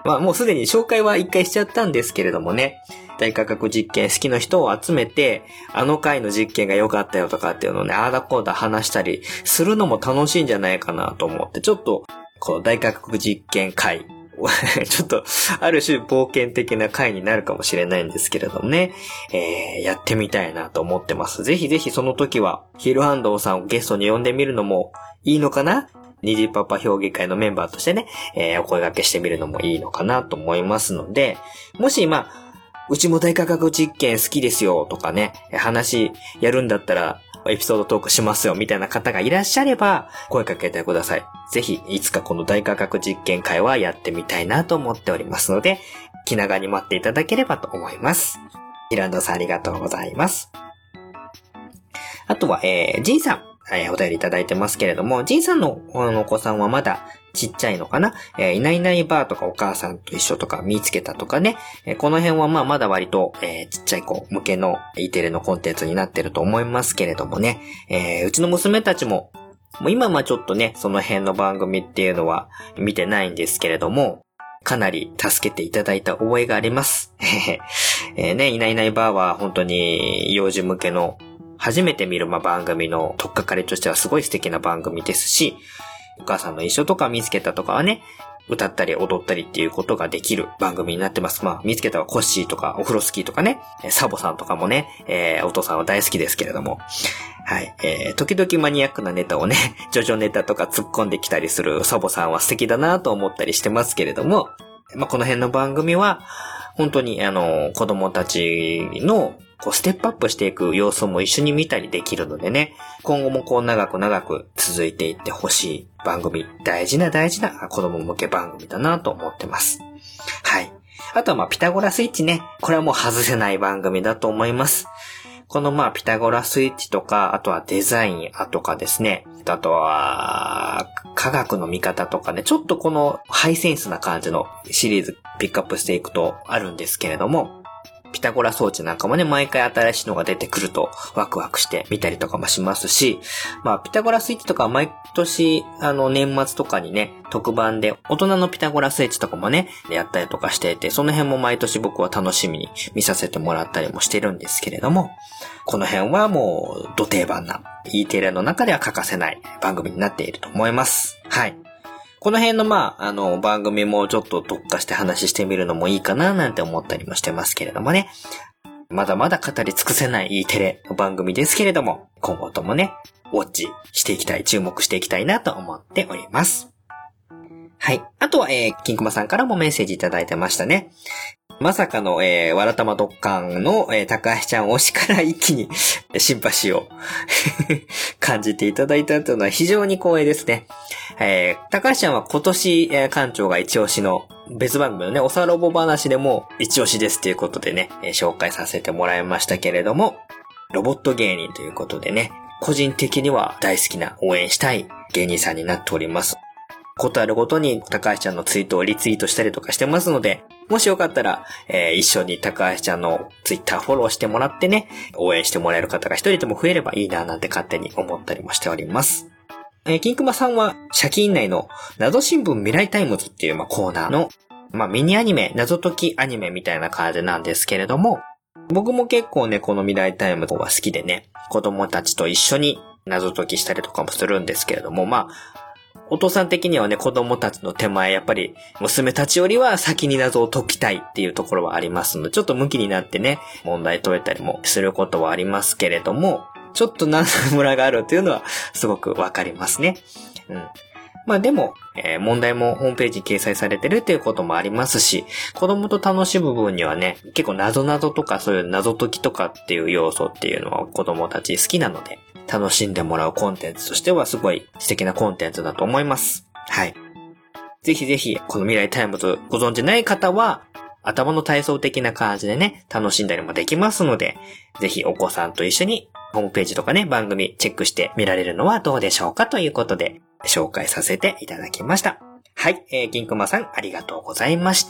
まあもうすでに紹介は一回しちゃったんですけれどもね、大科学実験好きの人を集めて、あの回の実験が良かったよとかっていうのをね、あーだこーだ話したりするのも楽しいんじゃないかなと思って、ちょっと、この大科学実験回、ちょっと、ある種冒険的な回になるかもしれないんですけれどもね、えー、やってみたいなと思ってます。ぜひぜひその時は、ヒルハンドーさんをゲストに呼んでみるのもいいのかな？虹パパ評議会のメンバーとしてね、えー、お声掛けしてみるのもいいのかなと思いますので、もしまあ、うちも大科学実験好きですよとかね、話やるんだったらエピソードトークしますよみたいな方がいらっしゃれば声かけてください。ぜひいつかこの大科学実験会はやってみたいなと思っておりますので、気長に待っていただければと思います。イランドさんありがとうございます。あとは、えー、ジンさん。えー、お便りいただいてますけれども、ジンさんのお子さんはまだちっちゃいのかな、えー、いないいないばあとかお母さんと一緒とか見つけたとかね、えー、この辺はまあまだ割と、えー、ちっちゃい子向けの E テレのコンテンツになってると思いますけれどもね、えー、うちの娘たちも、もう今はちょっとね、その辺の番組っていうのは見てないんですけれども、かなり助けていただいた覚えがあります。えー、ね、いないいないばあは本当に幼児向けの初めて見るま番組の取っかかりとしてはすごい素敵な番組ですし、お母さんの一緒とか見つけたとかはね、歌ったり踊ったりっていうことができる番組になってます。まあ、見つけたはコッシーとかお風呂スキーとかね、サボさんとかもね、えー、お父さんは大好きですけれども、はい、えー、時々マニアックなネタをね、ジョジョネタとか突っ込んできたりするサボさんは素敵だなと思ったりしてますけれども、まあ、この辺の番組は、本当にあの、子供たちのこうステップアップしていく様子も一緒に見たりできるのでね、今後もこう長く長く続いていってほしい番組、大事な大事な子供向け番組だなと思ってます。はい。あとはまあピタゴラスイッチね、これはもう外せない番組だと思います。このまあピタゴラスイッチとか、あとはデザインとかですね、あとは科学の見方とかね、ちょっとこのハイセンスな感じのシリーズピックアップしていくとあるんですけれども、ピタゴラ装置なんかもね、毎回新しいのが出てくるとワクワクして見たりとかもしますし、まあピタゴラスイッチとか毎年あの年末とかにね、特番で大人のピタゴラスイッチとかもね、やったりとかしていて、その辺も毎年僕は楽しみに見させてもらったりもしてるんですけれども、この辺はもうド定番な E テレの中では欠かせない番組になっていると思います。はい。この辺のまあ、あの番組もちょっと特化して話してみるのもいいかななんて思ったりもしてますけれどもね。まだまだ語り尽くせない E テレの番組ですけれども、今後ともね、ウォッチしていきたい、注目していきたいなと思っております。はい。あとは、えー、金熊さんからもメッセージいただいてましたね。まさかの、えー、わらたまドッカンの、えー、高橋ちゃん推しから一気にシンパシーを感じていただいたというのは非常に光栄ですね。えー、高橋ちゃんは今年、えー、館長が一押しの別番組のね、おさろぼ話でも一押しですということでね、えー、紹介させてもらいましたけれども、ロボット芸人ということでね、個人的には大好きな応援したい芸人さんになっております。ことあるごとに高橋ちゃんのツイートをリツイートしたりとかしてますので、もしよかったら、えー、一緒に高橋ちゃんのツイッターフォローしてもらってね、応援してもらえる方が一人でも増えればいいななんて勝手に思ったりもしております。えー、金熊さんは、社金内の謎新聞未来タイムズっていう、まあ、コーナーの、まあ、ミニアニメ、謎解きアニメみたいな感じなんですけれども、僕も結構ね、この未来タイムズは好きでね、子供たちと一緒に謎解きしたりとかもするんですけれども、まあ、お父さん的にはね、子供たちの手前、やっぱり娘たちよりは先に謎を解きたいっていうところはありますので、ちょっと向きになってね、問題解いたりもすることはありますけれども、ちょっと謎ムラがあるっていうのはすごくわかりますね。うん。まあでも、えー、問題もホームページに掲載されてるっていうこともありますし、子供と楽しむ部分にはね、結構謎々とかそういう謎解きとかっていう要素っていうのは子供たち好きなので、楽しんでもらうコンテンツとしてはすごい素敵なコンテンツだと思います。はい。ぜひぜひ、この未来タイムズご存知ない方は、頭の体操的な感じでね、楽しんだりもできますので、ぜひお子さんと一緒にホームページとかね、番組チェックして見られるのはどうでしょうかということで、紹介させていただきました。はい、えー、金熊さんありがとうございました。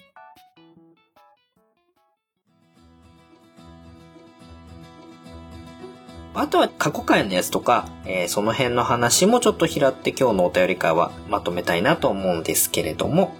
あとは過去回のやつとか、えー、その辺の話もちょっと拾って今日のお便り会はまとめたいなと思うんですけれども、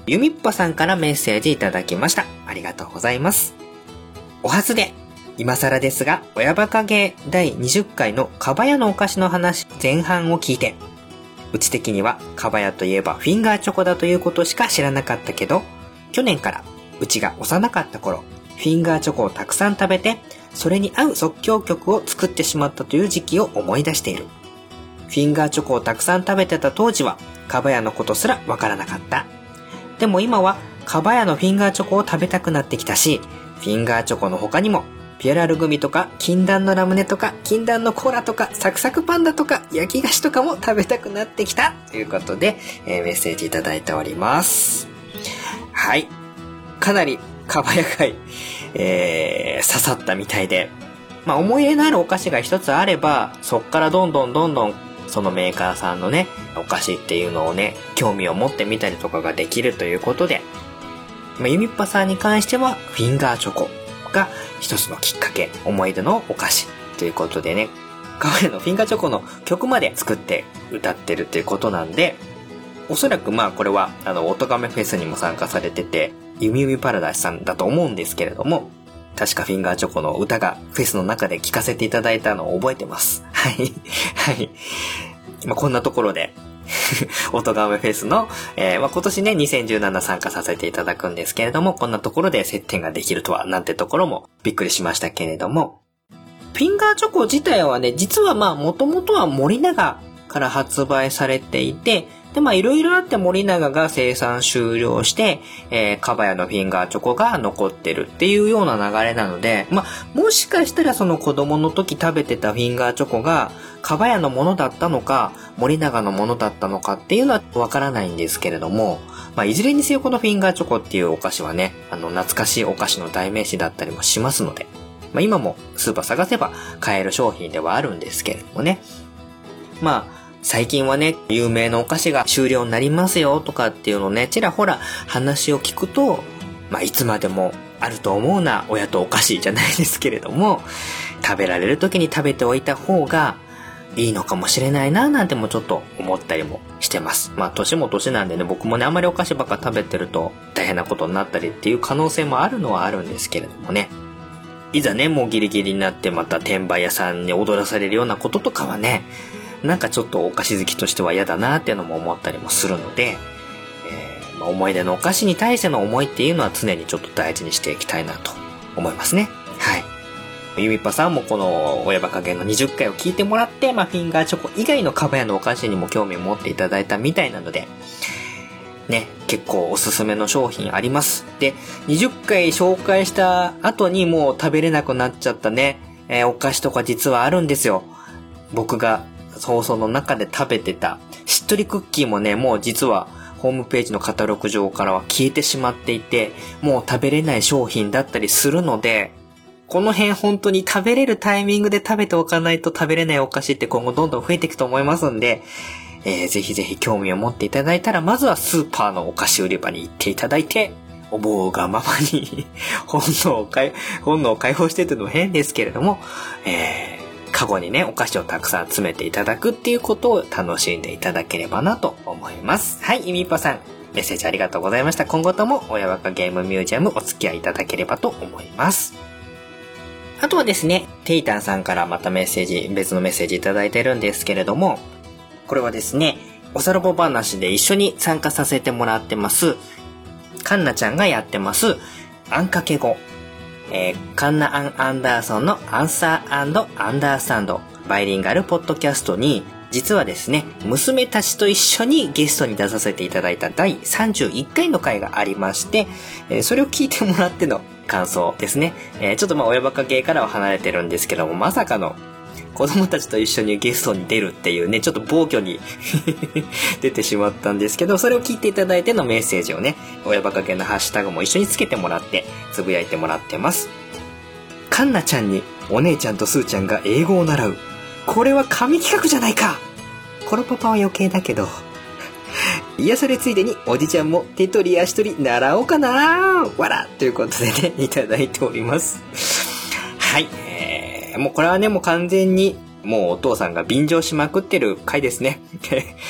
ゆみっぱさんからメッセージいただきました。ありがとうございます。お初で、今更ですが、親バカゲーだいにじゅっかいのかばやのお菓子の話前半を聞いて、うち的にはかばやといえばフィンガーチョコだということしか知らなかったけど、去年からうちが幼かった頃、フィンガーチョコをたくさん食べて、それに合う即興曲を作ってしまったという時期を思い出している。フィンガーチョコをたくさん食べてた当時は、かばやのことすらわからなかった。でも今は、かばやのフィンガーチョコを食べたくなってきたし、フィンガーチョコの他にも、ピュアラルグミとか、禁断のラムネとか、禁断のコーラとか、サクサクパンダとか、焼き菓子とかも食べたくなってきたということで、えー、メッセージいただいております。はい。かなり、かばや会、えー、刺さったみたいで、まあ思い入れのあるお菓子が一つあれば、そっからどんどんどんどんそのメーカーさんのね、お菓子っていうのをね、興味を持ってみたりとかができるということで、まあ、ゆみっぱさんに関してはフィンガーチョコが一つのきっかけ、思い出のお菓子ということでね、かばやのフィンガーチョコの曲まで作って歌ってるということなんで、おそらくまあこれはあの、おとがめフェスにも参加されてて、ゆみゆみパラダイスさんだと思うんですけれども、確かフィンガーチョコの歌がフェスの中で聴かせていただいたのを覚えてます。はい。はい。まあ、こんなところで、おとがめフェスの、えー、まあ、今年ね、にせんじゅうなな参加させていただくんですけれども、こんなところで接点ができるとは、なんてところもびっくりしましたけれども、フィンガーチョコ自体はね、実はまあ、もともとは森永から発売されていて、で、まあ、いろいろあって森永が生産終了して、えー、かばやのフィンガーチョコが残ってるっていうような流れなので、まあ、もしかしたらその子供の時食べてたフィンガーチョコが、かばやのものだったのか、森永のものだったのかっていうのはわからないんですけれども、まあ、いずれにせよこのフィンガーチョコっていうお菓子はね、あの、懐かしいお菓子の代名詞だったりもしますので、まあ、今もスーパー探せば買える商品ではあるんですけれどもね。まあ、最近はね、有名なお菓子が終了になりますよとかっていうのをね、ちらほら話を聞くと、まあいつまでもあると思うな親とお菓子じゃないですけれども、食べられる時に食べておいた方がいいのかもしれないななんてもちょっと思ったりもしてます。まあ年も年なんでね、僕もねあんまりお菓子ばっか食べてると大変なことになったりっていう可能性もあるのはあるんですけれどもね。いざね、もうギリギリになってまた転売屋さんに踊らされるようなこととかはね、なんかちょっとお菓子好きとしては嫌だなっていうのも思ったりもするので、えーまあ、思い出のお菓子に対しての思いっていうのは常にちょっと大事にしていきたいなと思いますね。はい。ゆみっぱさんもこの親バカゲーのにじゅっかいを聞いてもらって、まあ、フィンガーチョコ以外のかばやのお菓子にも興味を持っていただいたみたいなので、ね、結構おすすめの商品あります。で、にじゅっかい紹介した後にもう食べれなくなっちゃったね、えー、お菓子とか実はあるんですよ。僕が放送の中で食べてたしっとりクッキーもね、もう実はホームページのカタログ上からは消えてしまっていて、もう食べれない商品だったりするので、この辺本当に食べれるタイミングで食べておかないと食べれないお菓子って今後どんどん増えていくと思いますんで、えー、ぜひぜひ興味を持っていただいたら、まずはスーパーのお菓子売り場に行っていただいて、思うがままに本能を解本能を解放してというのも変ですけれども、えーカゴにね、お菓子をたくさん詰めていただくっていうことを楽しんでいただければなと思います。はい、ゆみっぱさん、メッセージありがとうございました。今後とも親バカゲームミュージアムお付き合いいただければと思います。あとはですね、テイタンさんからまたメッセージ、別のメッセージいただいてるんですけれども、これはですね、おさらぼ話で一緒に参加させてもらってます、カンナちゃんがやってます、あんかけ語。えー、カンナ・アン・アンダーソンのアンサー&アンダースタンドバイリンガルポッドキャストに、実はですね、娘たちと一緒にゲストに出させていただいただいさんじゅういっかいの回がありまして、えー、それを聞いてもらっての感想ですね。えー、ちょっとまあ親バカ系からは離れてるんですけども、まさかの子供たちと一緒にゲストに出るっていうね、ちょっと暴挙に出てしまったんですけど、それを聞いていただいてのメッセージをね、親バカ系のハッシュタグも一緒につけてもらってつぶやいてもらってます。カンナちゃんにお姉ちゃんとスーちゃんが英語を習う。これは神企画じゃないか。コロパパは余計だけど、いやそれついでにおじちゃんも手取り足取り習おうかなわらということでね、いただいております。はい、えー、もうこれはね、もう完全にもうお父さんが便乗しまくってる回ですね。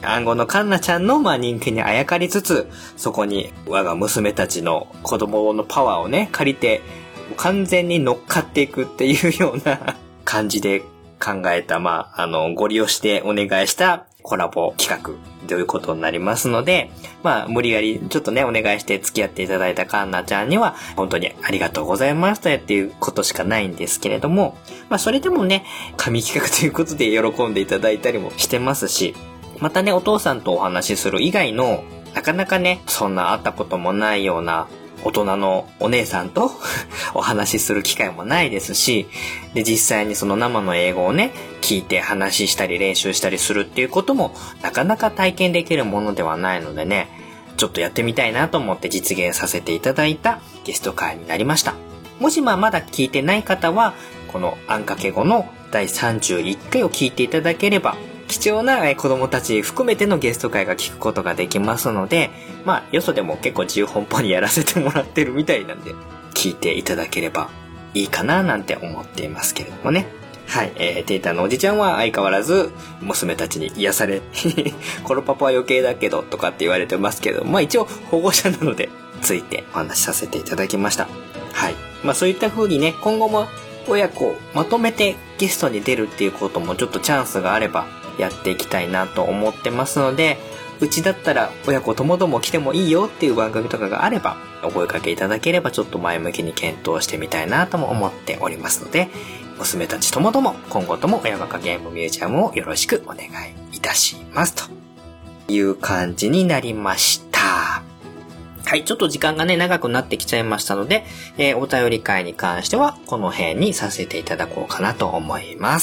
暗号のカンナちゃんのまあ人気にあやかりつつ、そこに我が娘たちの子供のパワーをね、借りて、完全に乗っかっていくっていうような感じで考えた、まあ、あの、ご利用してお願いしたコラボ企画ということになりますので、まあ、無理やりちょっとね、お願いして付き合っていただいたカンナちゃんには、本当にありがとうございましたっていうことしかないんですけれども、まあ、それでもね、神企画ということで喜んでいただいたりもしてますし、またね、お父さんとお話しする以外の、なかなかね、そんな会ったこともないような大人のお姉さんとお話しする機会もないですし、で、実際にその生の英語をね、聞いて話したり練習したりするっていうこともなかなか体験できるものではないのでね、ちょっとやってみたいなと思って実現させていただいたゲスト会になりました。もしまあまだ聞いてない方は、このあんかけ語のだいさんじゅういっかいを聞いていただければ、貴重な子供たち含めてのゲスト会が聞くことができますので、まあよそでも結構自由奔放にやらせてもらってるみたいなんで、聞いていただければいいかななんて思っていますけれどもね。はい、えー、テータのおじちゃんは相変わらず娘たちに癒されこのパパは余計だけどとかって言われてますけど、まあ一応保護者なのでついてお話しさせていただきました。はい、まあそういった風にね、今後も親子まとめてゲストに出るっていうこともちょっとチャンスがあればやっていきたいなと思ってますので、うちだったら親子ともども来てもいいよっていう番組とかがあればお声掛けいただければちょっと前向きに検討してみたいなとも思っておりますので、娘たちともども今後とも親バカゲームミュージアムをよろしくお願いいたしますという感じになりました。はい、ちょっと時間がね長くなってきちゃいましたので、えー、お便り会に関してはこの辺にさせていただこうかなと思います。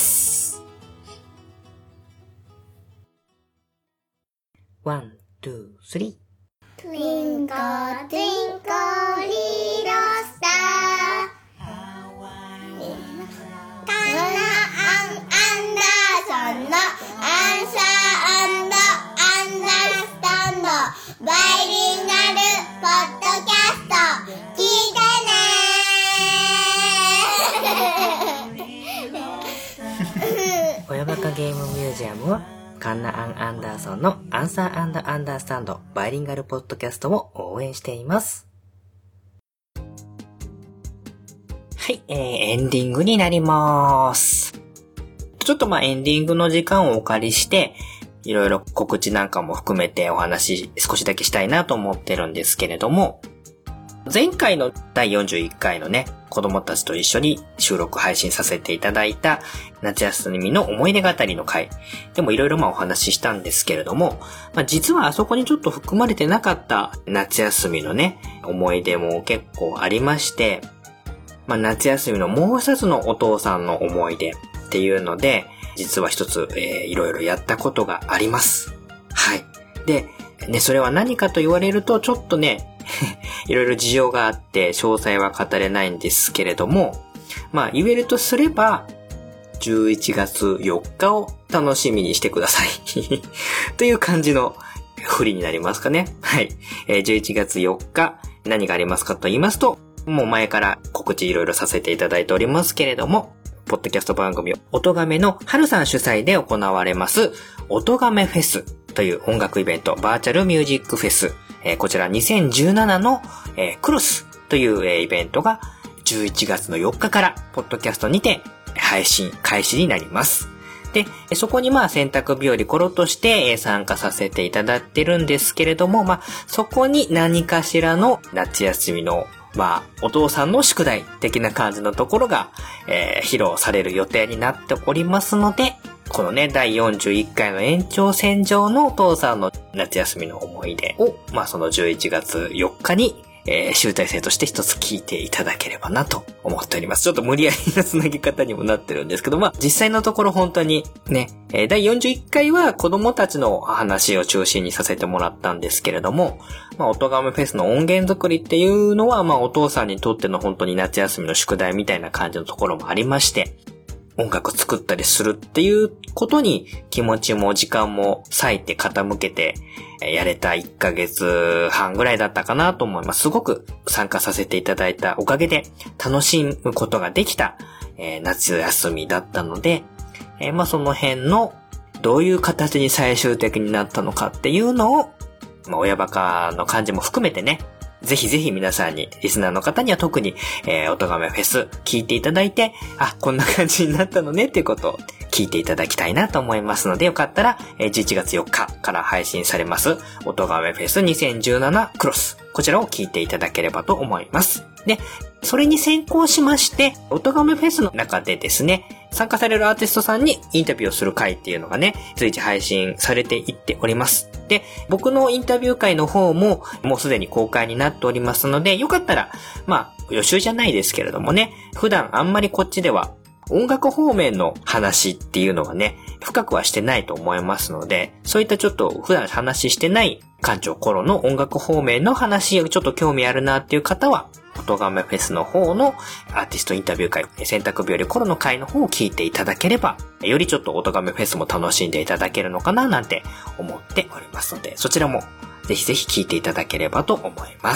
ワン、ツー、スリー。 Twinkle, twinkle, little star. Hannah Anderson の Answer and Understand バイリンガルポッドキャスト聞いてね親バカゲームミュージアムはカンナ・アン・アンダーソンのアンサー&アンダースタンドバイリンガルポッドキャストを応援しています。はい、えー、エンディングになります。ちょっとまあエンディングの時間をお借りして、いろいろ告知なんかも含めてお話少しだけしたいなと思ってるんですけれども、前回のだいよんじゅういっかいのね、子供たちと一緒に収録配信させていただいた夏休みの思い出語りの回でもいろいろまあお話ししたんですけれども、まあ、実はあそこにちょっと含まれてなかった夏休みのね、思い出も結構ありまして、まあ、夏休みのもう一つのお父さんの思い出っていうので、実は一つ、えー、いろいろやったことがあります。はい。で、ね、それは何かと言われるとちょっとね、いろいろ事情があって詳細は語れないんですけれども、まあ言えるとすればじゅういちがつよっかを楽しみにしてくださいという感じの振りになりますかね。はい、えー、じゅういちがつよっか何がありますかと言いますと、もう前から告知いろいろさせていただいておりますけれども、ポッドキャスト番組音亀の春さん主催で行われます音亀フェスという音楽イベント、バーチャルミュージックフェス、えー、こちらにせんじゅうななの、えー、クロスという、えー、イベントがじゅういちがつのよっかからポッドキャストにて配信開始になります。で、そこにまあ選択日和コロとして参加させていただいてるんですけれども、まあそこに何かしらの夏休みのまあお父さんの宿題的な感じのところが、えー、披露される予定になっておりますので、このね、だいよんじゅういっかいの延長線上のお父さんの夏休みの思い出を、まあそのじゅういちがつよっかに、えー、集大成として一つ聞いていただければなと思っております。ちょっと無理やりなつなぎ方にもなってるんですけど、まあ実際のところ本当にね、えー、だいよんじゅういっかいは子供たちの話を中心にさせてもらったんですけれども、まあ音亀フェスの音源作りっていうのは、まあお父さんにとっての本当に夏休みの宿題みたいな感じのところもありまして、音楽作ったりするっていうことに気持ちも時間も割いて傾けてやれたいっかげつはんぐらいだったかなと思います。すごく参加させていただいたおかげで楽しむことができた、えー、夏休みだったので、えー、まあその辺のどういう形に最終的になったのかっていうのを、まあ、親バカの感じも含めてね、ぜひぜひ皆さんに、リスナーの方には特に、えー、おとがめフェス聞いていただいて、あ、こんな感じになったのねっていうことを聞いていただきたいなと思いますので、よかったら、えー、じゅういちがつよっかから配信されます、おとがめフェスにせんじゅうななクロス。こちらを聞いていただければと思います。で、それに先行しまして、おとがめフェスの中でですね、参加されるアーティストさんにインタビューをする回っていうのがね、随時配信されていっております。で、僕のインタビュー会の方ももうすでに公開になっておりますので、よかったら、まあ、予習じゃないですけれどもね、普段あんまりこっちでは音楽方面の話っていうのがね、深くはしてないと思いますので、そういったちょっと普段話してない館長コロの音楽方面の話をちょっと興味あるなっていう方は、おとがめフェスの方のアーティストインタビュー会、選択日和コロの会の方を聞いていただければ、よりちょっとおとがめフェスも楽しんでいただけるのかななんて思っておりますので、そちらもぜひぜひ聞いていただければと思います。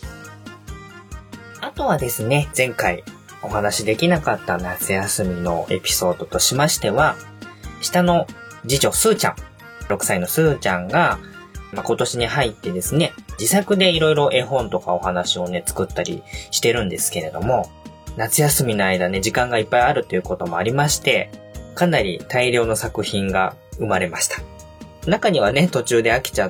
あとはですね、前回お話できなかった夏休みのエピソードとしましては、下の次女スーちゃん、ろくさいのスーちゃんが、まあ、今年に入ってですね、自作でいろいろ絵本とかお話をね、作ったりしてるんですけれども、夏休みの間ね、時間がいっぱいあるということもありまして、かなり大量の作品が生まれました。中にはね、途中で飽きちゃって、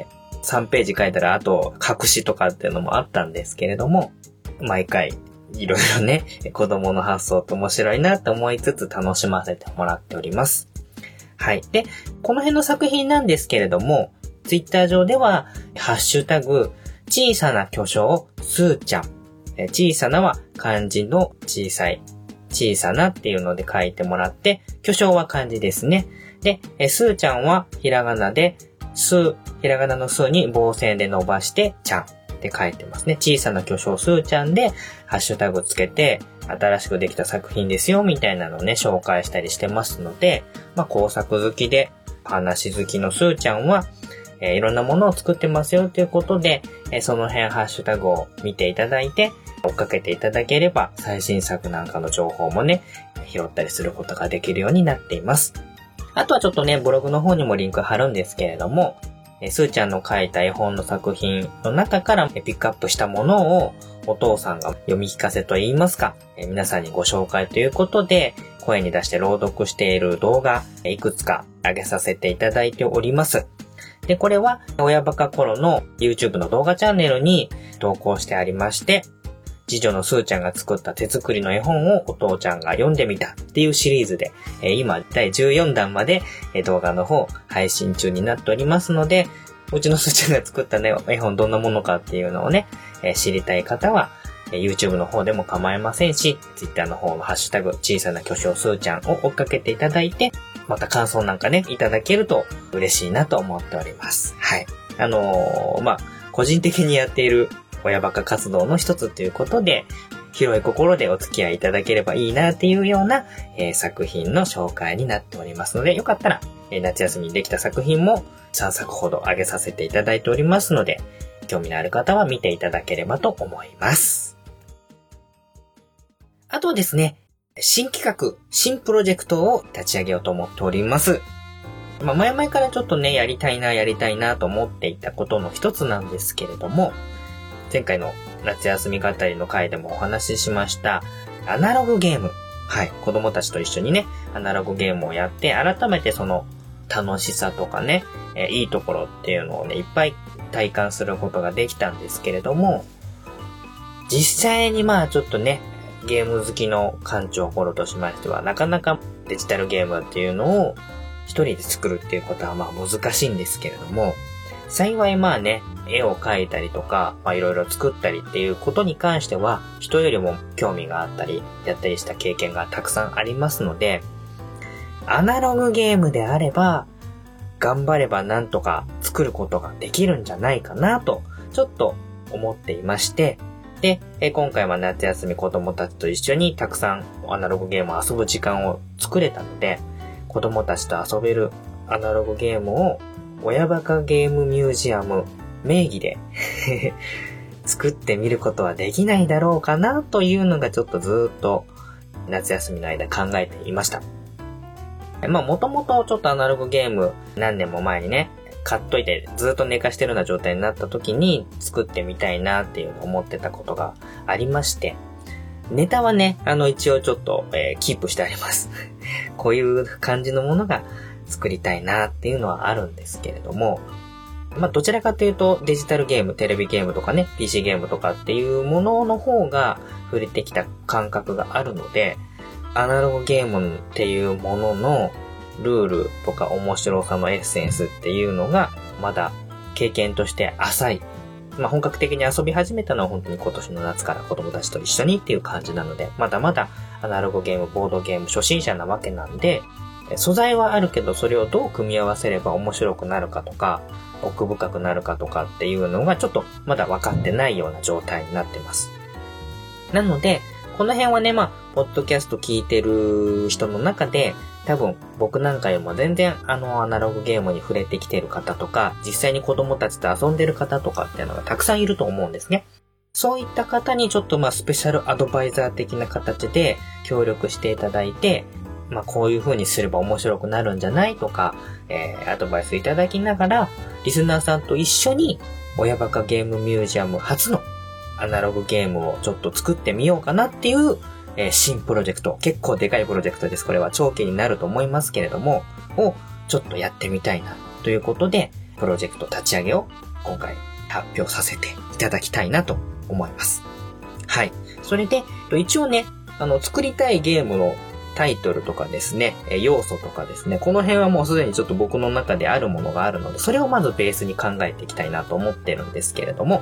さんページ書いたらあと隠しとかっていうのもあったんですけれども、毎回いろいろね、子供の発想って面白いなと思いつつ楽しませてもらっております。はい。で、この辺の作品なんですけれども、ツイッター上では、ハッシュタグ、小さな巨匠、スーちゃん。小さなは漢字の小さい、小さなっていうので書いてもらって、巨匠は漢字ですね。で、スーちゃんはひらがなで、ス、ひらがなのスに棒線で伸ばして、ちゃんって書いてますね。小さな巨匠、スーちゃんで、ハッシュタグつけて、新しくできた作品ですよ、みたいなのをね、紹介したりしてますので、まあ、工作好きで、話好きのスーちゃんは、えー、いろんなものを作ってますよということで、えー、その辺ハッシュタグを見ていただいて、追っかけていただければ、最新作なんかの情報もね、拾ったりすることができるようになっています。あとはちょっとね、ブログの方にもリンク貼るんですけれども、えー、スーちゃんの書いた絵本の作品の中からピックアップしたものを、お父さんが読み聞かせと言いますか、えー、皆さんにご紹介ということで、声に出して朗読している動画、いくつか上げさせていただいております。で、これは、親バカコロの YouTube の動画チャンネルに投稿してありまして、次女のスーちゃんが作った手作りの絵本をお父ちゃんが読んでみたっていうシリーズで、えー、今だいじゅうよんだんまで、えー、動画の方配信中になっておりますので、うちのスーちゃんが作ったね、絵本どんなものかっていうのをね、えー、知りたい方は、えー、YouTube の方でも構いませんし、Twitter の方のハッシュタグ、小さな巨匠スーちゃんを追っかけていただいて、また感想なんかね、いただけると嬉しいなと思っております。はい。あのー、まあ、個人的にやっている親バカ活動の一つということで、広い心でお付き合いいただければいいなっていうような、えー、作品の紹介になっておりますので、よかったら、えー、夏休みにできた作品もさんさくほど上げさせていただいておりますので、興味のある方は見ていただければと思います。あとですね、新企画、新プロジェクトを立ち上げようと思っております。まあ、前々からちょっとね、やりたいな、やりたいなと思っていたことの一つなんですけれども、前回の夏休み語りの回でもお話ししました、アナログゲーム。はい、子供たちと一緒にね、アナログゲームをやって、改めてその楽しさとかね、えー、いいところっていうのをね、いっぱい体感することができたんですけれども、実際にまあちょっとね、ゲーム好きの館長コロとしましては、なかなかデジタルゲームっていうのを一人で作るっていうことはまあ難しいんですけれども、幸いまあね、絵を描いたりとか、まあいろいろ作ったりっていうことに関しては、人よりも興味があったり、やったりした経験がたくさんありますので、アナログゲームであれば、頑張ればなんとか作ることができるんじゃないかなと、ちょっと思っていまして、で、今回は夏休み子供たちと一緒にたくさんアナログゲームを遊ぶ時間を作れたので、子供たちと遊べるアナログゲームを親バカゲームミュージアム名義で作ってみることはできないだろうかなというのがちょっとずっと夏休みの間考えていました。 まあもともとちょっとアナログゲーム何年も前にね、買っといてずっと寝かしてるような状態になった時に作ってみたいなっていうのを思ってたことがありまして、ネタはね、あの一応ちょっと、えー、キープしてあります。こういう感じのものが作りたいなっていうのはあるんですけれども、まあどちらかというとデジタルゲーム、テレビゲームとかね、ピーシー ゲームとかっていうものの方が触れてきた感覚があるので、アナログゲームっていうもののルールとか面白さのエッセンスっていうのがまだ経験として浅い。まあ本格的に遊び始めたのは本当に今年の夏から子供たちと一緒にっていう感じなので、まだまだアナログゲーム、ボードゲーム初心者なわけなんで、素材はあるけどそれをどう組み合わせれば面白くなるかとか、奥深くなるかとかっていうのがちょっとまだ分かってないような状態になってます。なので、この辺はね、まあ、ポッドキャスト聞いてる人の中で、多分僕なんかよりも全然あのアナログゲームに触れてきてる方とか、実際に子供たちと遊んでる方とかっていうのがたくさんいると思うんですね。そういった方にちょっとまあスペシャルアドバイザー的な形で協力していただいて、まあこういう風にすれば面白くなるんじゃないとか、えー、アドバイスいただきながら、リスナーさんと一緒に親バカゲームミュージアム初のアナログゲームをちょっと作ってみようかなっていう、えー、新プロジェクト。結構でかいプロジェクトです。これは長期になると思いますけれども、をちょっとやってみたいなということで、プロジェクト立ち上げを今回発表させていただきたいなと思います。はい。それで、一応ね、あの、作りたいゲームのタイトルとかですね、要素とかですね、この辺はもうすでにちょっと僕の中であるものがあるので、それをまずベースに考えていきたいなと思ってるんですけれども、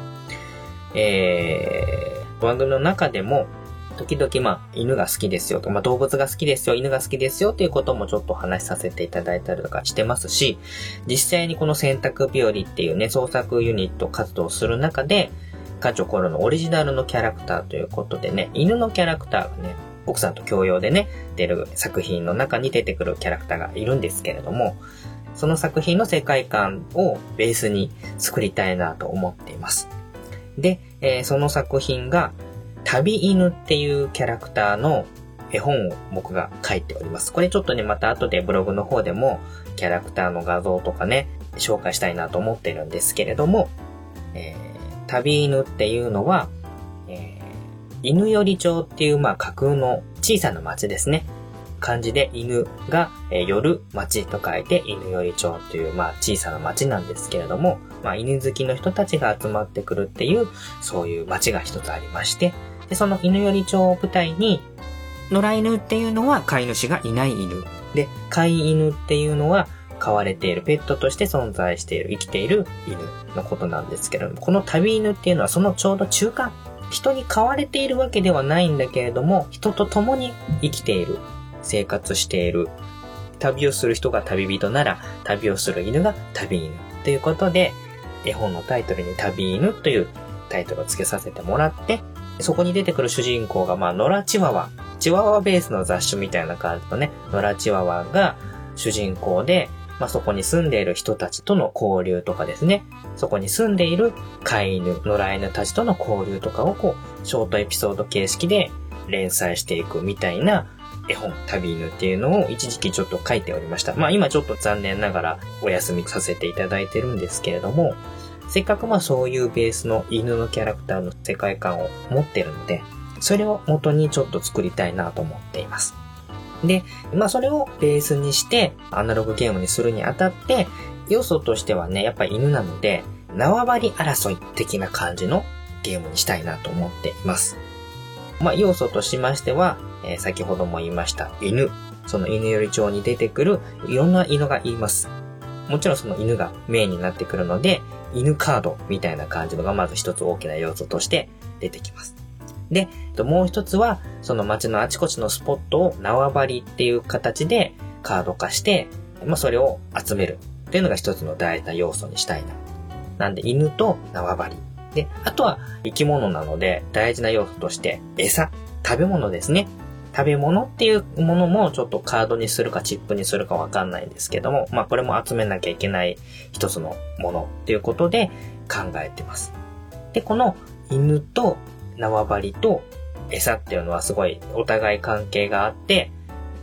えー、番組の中でも、時々まあ、犬が好きですよとか、まあ動物が好きですよ、犬が好きですよということもちょっとお話しさせていただいたりとかしてますし、実際にこの選択日和っていうね、創作ユニット活動をする中で、カチョコロのオリジナルのキャラクターということでね、犬のキャラクターがね、奥さんと共用でね、出る作品の中に出てくるキャラクターがいるんですけれども、その作品の世界観をベースに作りたいなと思っています。で、えー、その作品が、旅犬っていうキャラクターの絵本を僕が書いております。これちょっとね、また後でブログの方でも、キャラクターの画像とかね、紹介したいなと思ってるんですけれども、えー、旅犬っていうのは、えー、犬寄町っていうまあ架空の小さな町ですね。漢字で犬が、えー、寄る町と書いて犬寄町っていうまあ小さな町なんですけれども、まあ犬好きの人たちが集まってくるっていうそういう町が一つありまして、でその犬寄町を舞台に野良犬っていうのは飼い主がいない犬で、飼い犬っていうのは飼われているペットとして存在している生きている犬のことなんですけれども、この旅犬っていうのはそのちょうど中間、人に飼われているわけではないんだけれども、人と共に生きている、生活している、旅をする人が旅人なら旅をする犬が旅犬ということで、絵本のタイトルに旅犬というタイトルを付けさせてもらって、そこに出てくる主人公がまあ野良チワワ、チワワベースの雑種みたいな感じのね、野良チワワが主人公で、まあそこに住んでいる人たちとの交流とかですね、そこに住んでいる飼い犬、野良犬たちとの交流とかをこう、ショートエピソード形式で連載していくみたいな絵本、旅犬っていうのを一時期ちょっと書いておりました。まあ今ちょっと残念ながらお休みさせていただいてるんですけれども、せっかくまあそういうベースの犬のキャラクターの世界観を持ってるので、それを元にちょっと作りたいなと思っています。で、まあそれをベースにしてアナログゲームにするにあたって、要素としてはね、やっぱり犬なので、縄張り争い的な感じのゲームにしたいなと思っています。まあ要素としましては、えー、先ほども言いました犬。その犬寄町に出てくるいろんな犬がいます。もちろんその犬がメインになってくるので、犬カードみたいな感じのがまず一つ大きな要素として出てきます。で、もう一つは、その街のあちこちのスポットを縄張りっていう形でカード化して、まあそれを集めるっていうのが一つの大事な要素にしたいな。なんで犬と縄張り。で、あとは生き物なので大事な要素として餌、食べ物ですね。食べ物っていうものもちょっとカードにするかチップにするかわかんないんですけども、まあこれも集めなきゃいけない一つのものっていうことで考えてます。で、この犬と縄張りと餌っていうのはすごいお互い関係があって、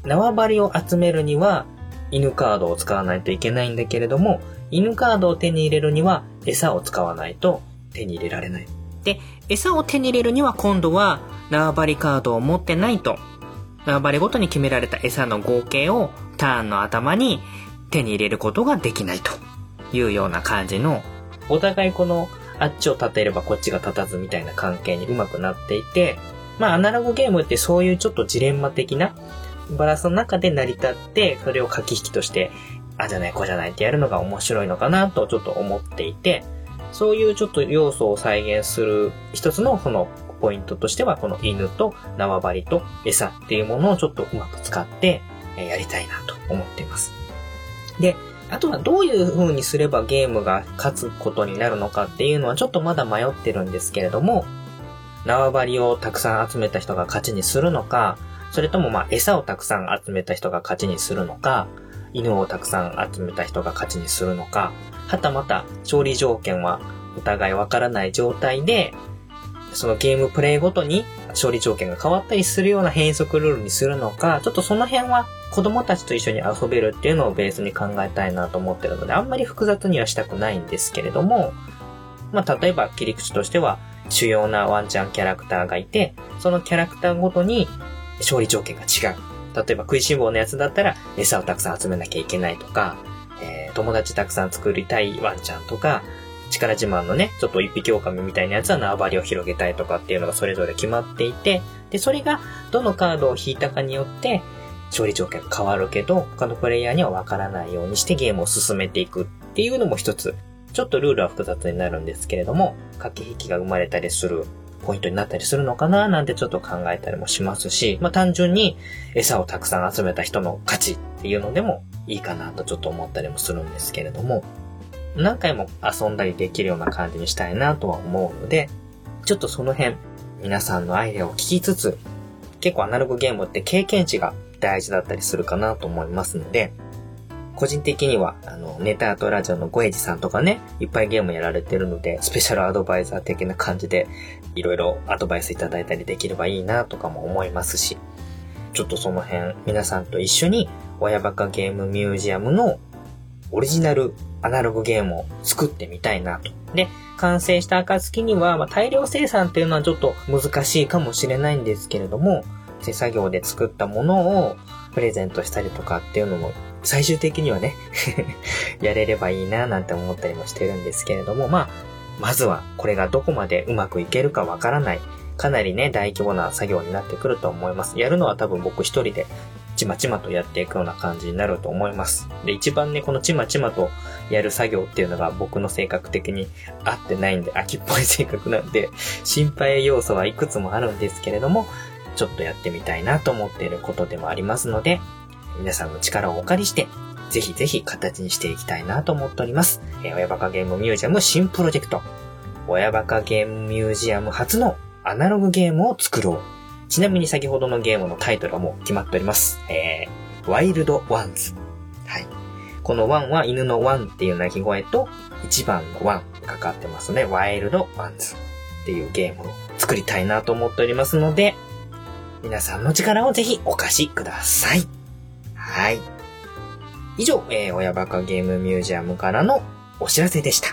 縄張りを集めるには犬カードを使わないといけないんだけれども、犬カードを手に入れるには餌を使わないと手に入れられない。で、餌を手に入れるには今度は縄張りカードを持ってないと、縄張りごとに決められた餌の合計をターンの頭に手に入れることができないというような感じの、お互いこのあっちを立てればこっちが立たずみたいな関係にうまくなっていて、まあアナログゲームってそういうちょっとジレンマ的なバランスの中で成り立って、それを駆け引きとしてあじゃないこうじゃないってやるのが面白いのかなとちょっと思っていて、そういうちょっと要素を再現する一つのそのポイントとしては、この犬と縄張りと餌っていうものをちょっとうまく使ってやりたいなと思っています。で、あとはどういう風にすればゲームが勝つことになるのかっていうのはちょっとまだ迷ってるんですけれども、縄張りをたくさん集めた人が勝ちにするのか、それともまあ餌をたくさん集めた人が勝ちにするのか、犬をたくさん集めた人が勝ちにするのか、はたまた勝利条件はお互いわからない状態で、そのゲームプレイごとに勝利条件が変わったりするような変則ルールにするのか、ちょっとその辺は子供たちと一緒に遊べるっていうのをベースに考えたいなと思ってるので、あんまり複雑にはしたくないんですけれども、まあ例えば切り口としては主要なワンちゃんキャラクターがいて、そのキャラクターごとに勝利条件が違う。例えば食いしん坊のやつだったら餌をたくさん集めなきゃいけないとか、えー、友達たくさん作りたいワンちゃんとか、力自慢のね、ちょっと一匹狼みたいなやつは縄張りを広げたいとかっていうのがそれぞれ決まっていて、で、それがどのカードを引いたかによって勝利条件が変わるけど、他のプレイヤーにはわからないようにしてゲームを進めていくっていうのも一つ、ちょっとルールは複雑になるんですけれども、駆け引きが生まれたりするポイントになったりするのかななんてちょっと考えたりもしますし、まあ単純に餌をたくさん集めた人の勝ちっていうのでもいいかなとちょっと思ったりもするんですけれども、何回も遊んだりできるような感じにしたいなとは思うので、ちょっとその辺皆さんのアイデアを聞きつつ、結構アナログゲームって経験値が大事だったりするかなと思いますので、個人的にはあのネタアートラジオのゴエジさんとかね、いっぱいゲームやられてるので、スペシャルアドバイザー的な感じでいろいろアドバイスいただいたりできればいいなとかも思いますし、ちょっとその辺皆さんと一緒に親バカゲームミュージアムのオリジナルアナログゲームを作ってみたいなと。で、完成した暁には、まあ、大量生産っていうのはちょっと難しいかもしれないんですけれども、手作業で作ったものをプレゼントしたりとかっていうのも最終的にはねやれればいいななんて思ったりもしてるんですけれども、まあまずはこれがどこまでうまくいけるかわからない、かなりね大規模な作業になってくると思います。やるのは多分僕一人でちまちまとやっていくような感じになると思います。で、一番ねこのちまちまとやる作業っていうのが僕の性格的に合ってないんで、秋っぽい性格なんで心配要素はいくつもあるんですけれども、ちょっとやってみたいなと思っていることでもありますので、皆さんの力をお借りして、ぜひぜひ形にしていきたいなと思っております。えー、親バカゲームミュージアム新プロジェクト。親バカゲームミュージアム初のアナログゲームを作ろう。ちなみに先ほどのゲームのタイトルはもう決まっております。えー、ワイルドワンズ。はい。このワンは犬のワンっていう鳴き声と一番のワンってかかってますので、ワイルドワンズっていうゲームを作りたいなと思っておりますので、皆さんの力をぜひお貸しください。はい。以上、えー、親バカゲームミュージアムからのお知らせでした。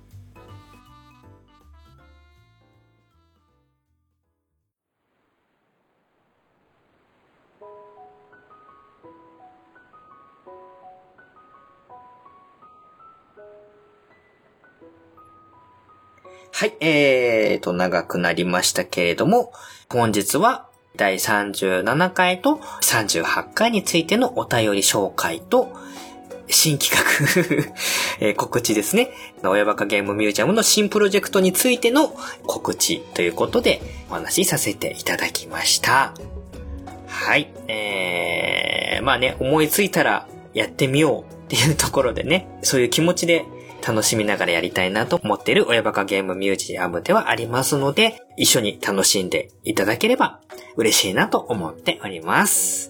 はい、えーと、長くなりましたけれども、本日はだいさんじゅうななかいとさんじゅうはちかいについてのお便り紹介と、新企画、えー、告知ですね。親バカゲームミュージアムの新プロジェクトについての告知ということでお話しさせていただきました。はい、えー、まあね、思いついたらやってみようっていうところでね、そういう気持ちで楽しみながらやりたいなと思っている親バカゲームミュージアムではありますので、一緒に楽しんでいただければ嬉しいなと思っております。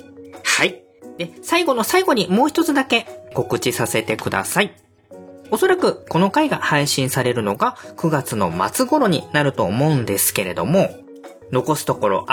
はい。で、最後の最後にもう一つだけ告知させてください。おそらくこの回が配信されるのがくがつの末頃になると思うんですけれども、残すところあと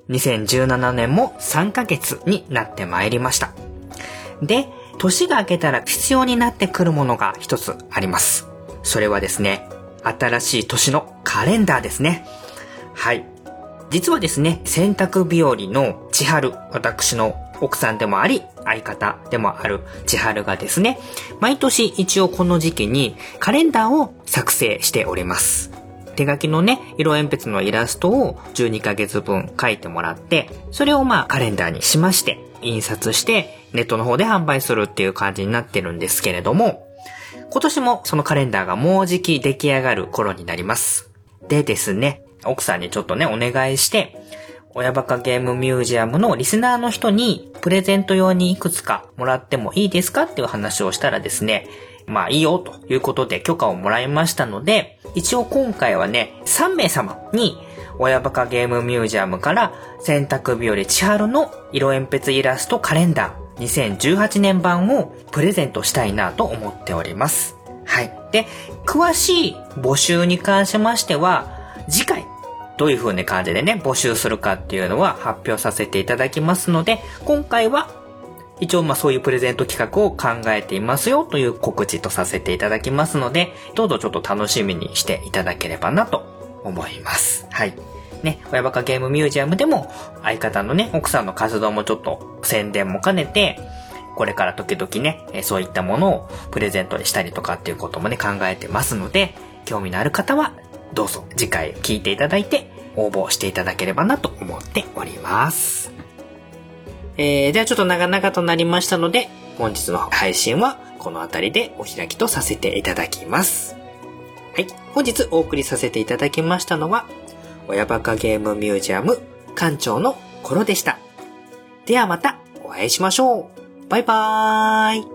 にせんじゅうななねんもさんかげつになってまいりました。で、年が明けたら必要になってくるものが一つあります。それはですね、新しい年のカレンダーですね。はい。実はですね、洗濯日和の千春、私の奥さんでもあり、相方でもある千春がですね、毎年一応この時期にカレンダーを作成しております。手書きのね、色鉛筆のイラストをじゅうにかげつぶん書いてもらって、それをまあカレンダーにしまして、印刷してネットの方で販売するっていう感じになってるんですけれども、今年もそのカレンダーがもうじき出来上がる頃になります。でですね、奥さんにちょっとね、お願いして、親バカゲームミュージアムのリスナーの人にプレゼント用にいくつかもらってもいいですかっていう話をしたらですね、まあいいよということで許可をもらいましたので、一応今回はね、さんめいさまに親バカゲームミュージアムから洗濯日和千春の色鉛筆イラストカレンダーにせんじゅうはちねんばんをプレゼントしたいなと思っております。はい。で、詳しい募集に関しましては、次回どういう風な感じでね、募集するかっていうのは発表させていただきますので、今回は一応まあそういうプレゼント企画を考えていますよという告知とさせていただきますので、どうぞちょっと楽しみにしていただければなと思います。はい。ね、親バカゲームミュージアムでも相方のね、奥さんの活動もちょっと宣伝も兼ねて、これから時々ね、そういったものをプレゼントにしたりとかっていうこともね、考えてますので、興味のある方はどうぞ次回聞いていただいて応募していただければなと思っております。えー、ではちょっと長々となりましたので、本日の配信はこの辺りでお開きとさせていただきます。はい、本日お送りさせていただきましたのは、親バカゲームミュージアム館長のコロでした。ではまたお会いしましょう。バイバーイ。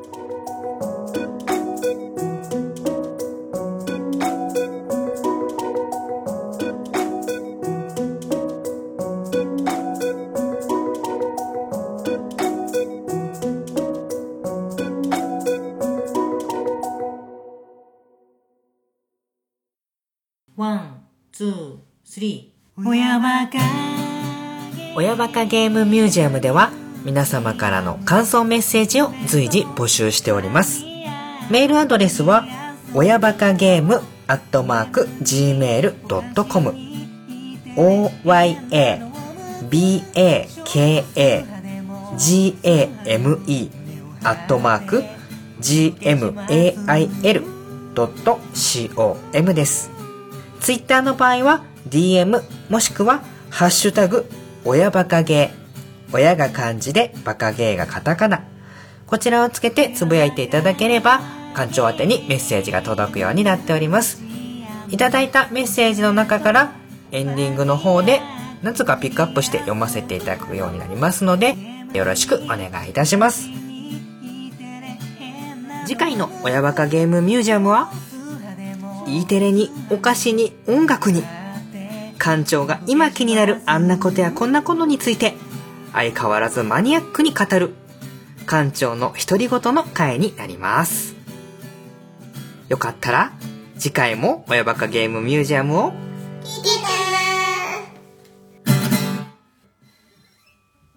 ワン、ツー、スリー。 親バカ親バカゲームミュージアムでは皆様からの感想メッセージを随時募集しております。メールアドレスは親バカゲームアットマーク ジーメールドットコム オーワイエービーエーケーエージーエーエムイー アットマーク ジーエムエーアイエルドットコム です。ツイッターの場合は ディーエム もしくはハッシュタグ親バカゲー、親が漢字でバカゲーがカタカナ、こちらをつけてつぶやいていただければ館長宛てにメッセージが届くようになっております。いただいたメッセージの中からエンディングの方で何つかピックアップして読ませていただくようになりますので、よろしくお願いいたします。次回の親バカゲームミュージアムは、E テレにお菓子に音楽に、館長が今気になるあんなことやこんなことについて相変わらずマニアックに語る館長の独り言の回になります。よかったら次回も親バカゲームミュージアムを聞いてね。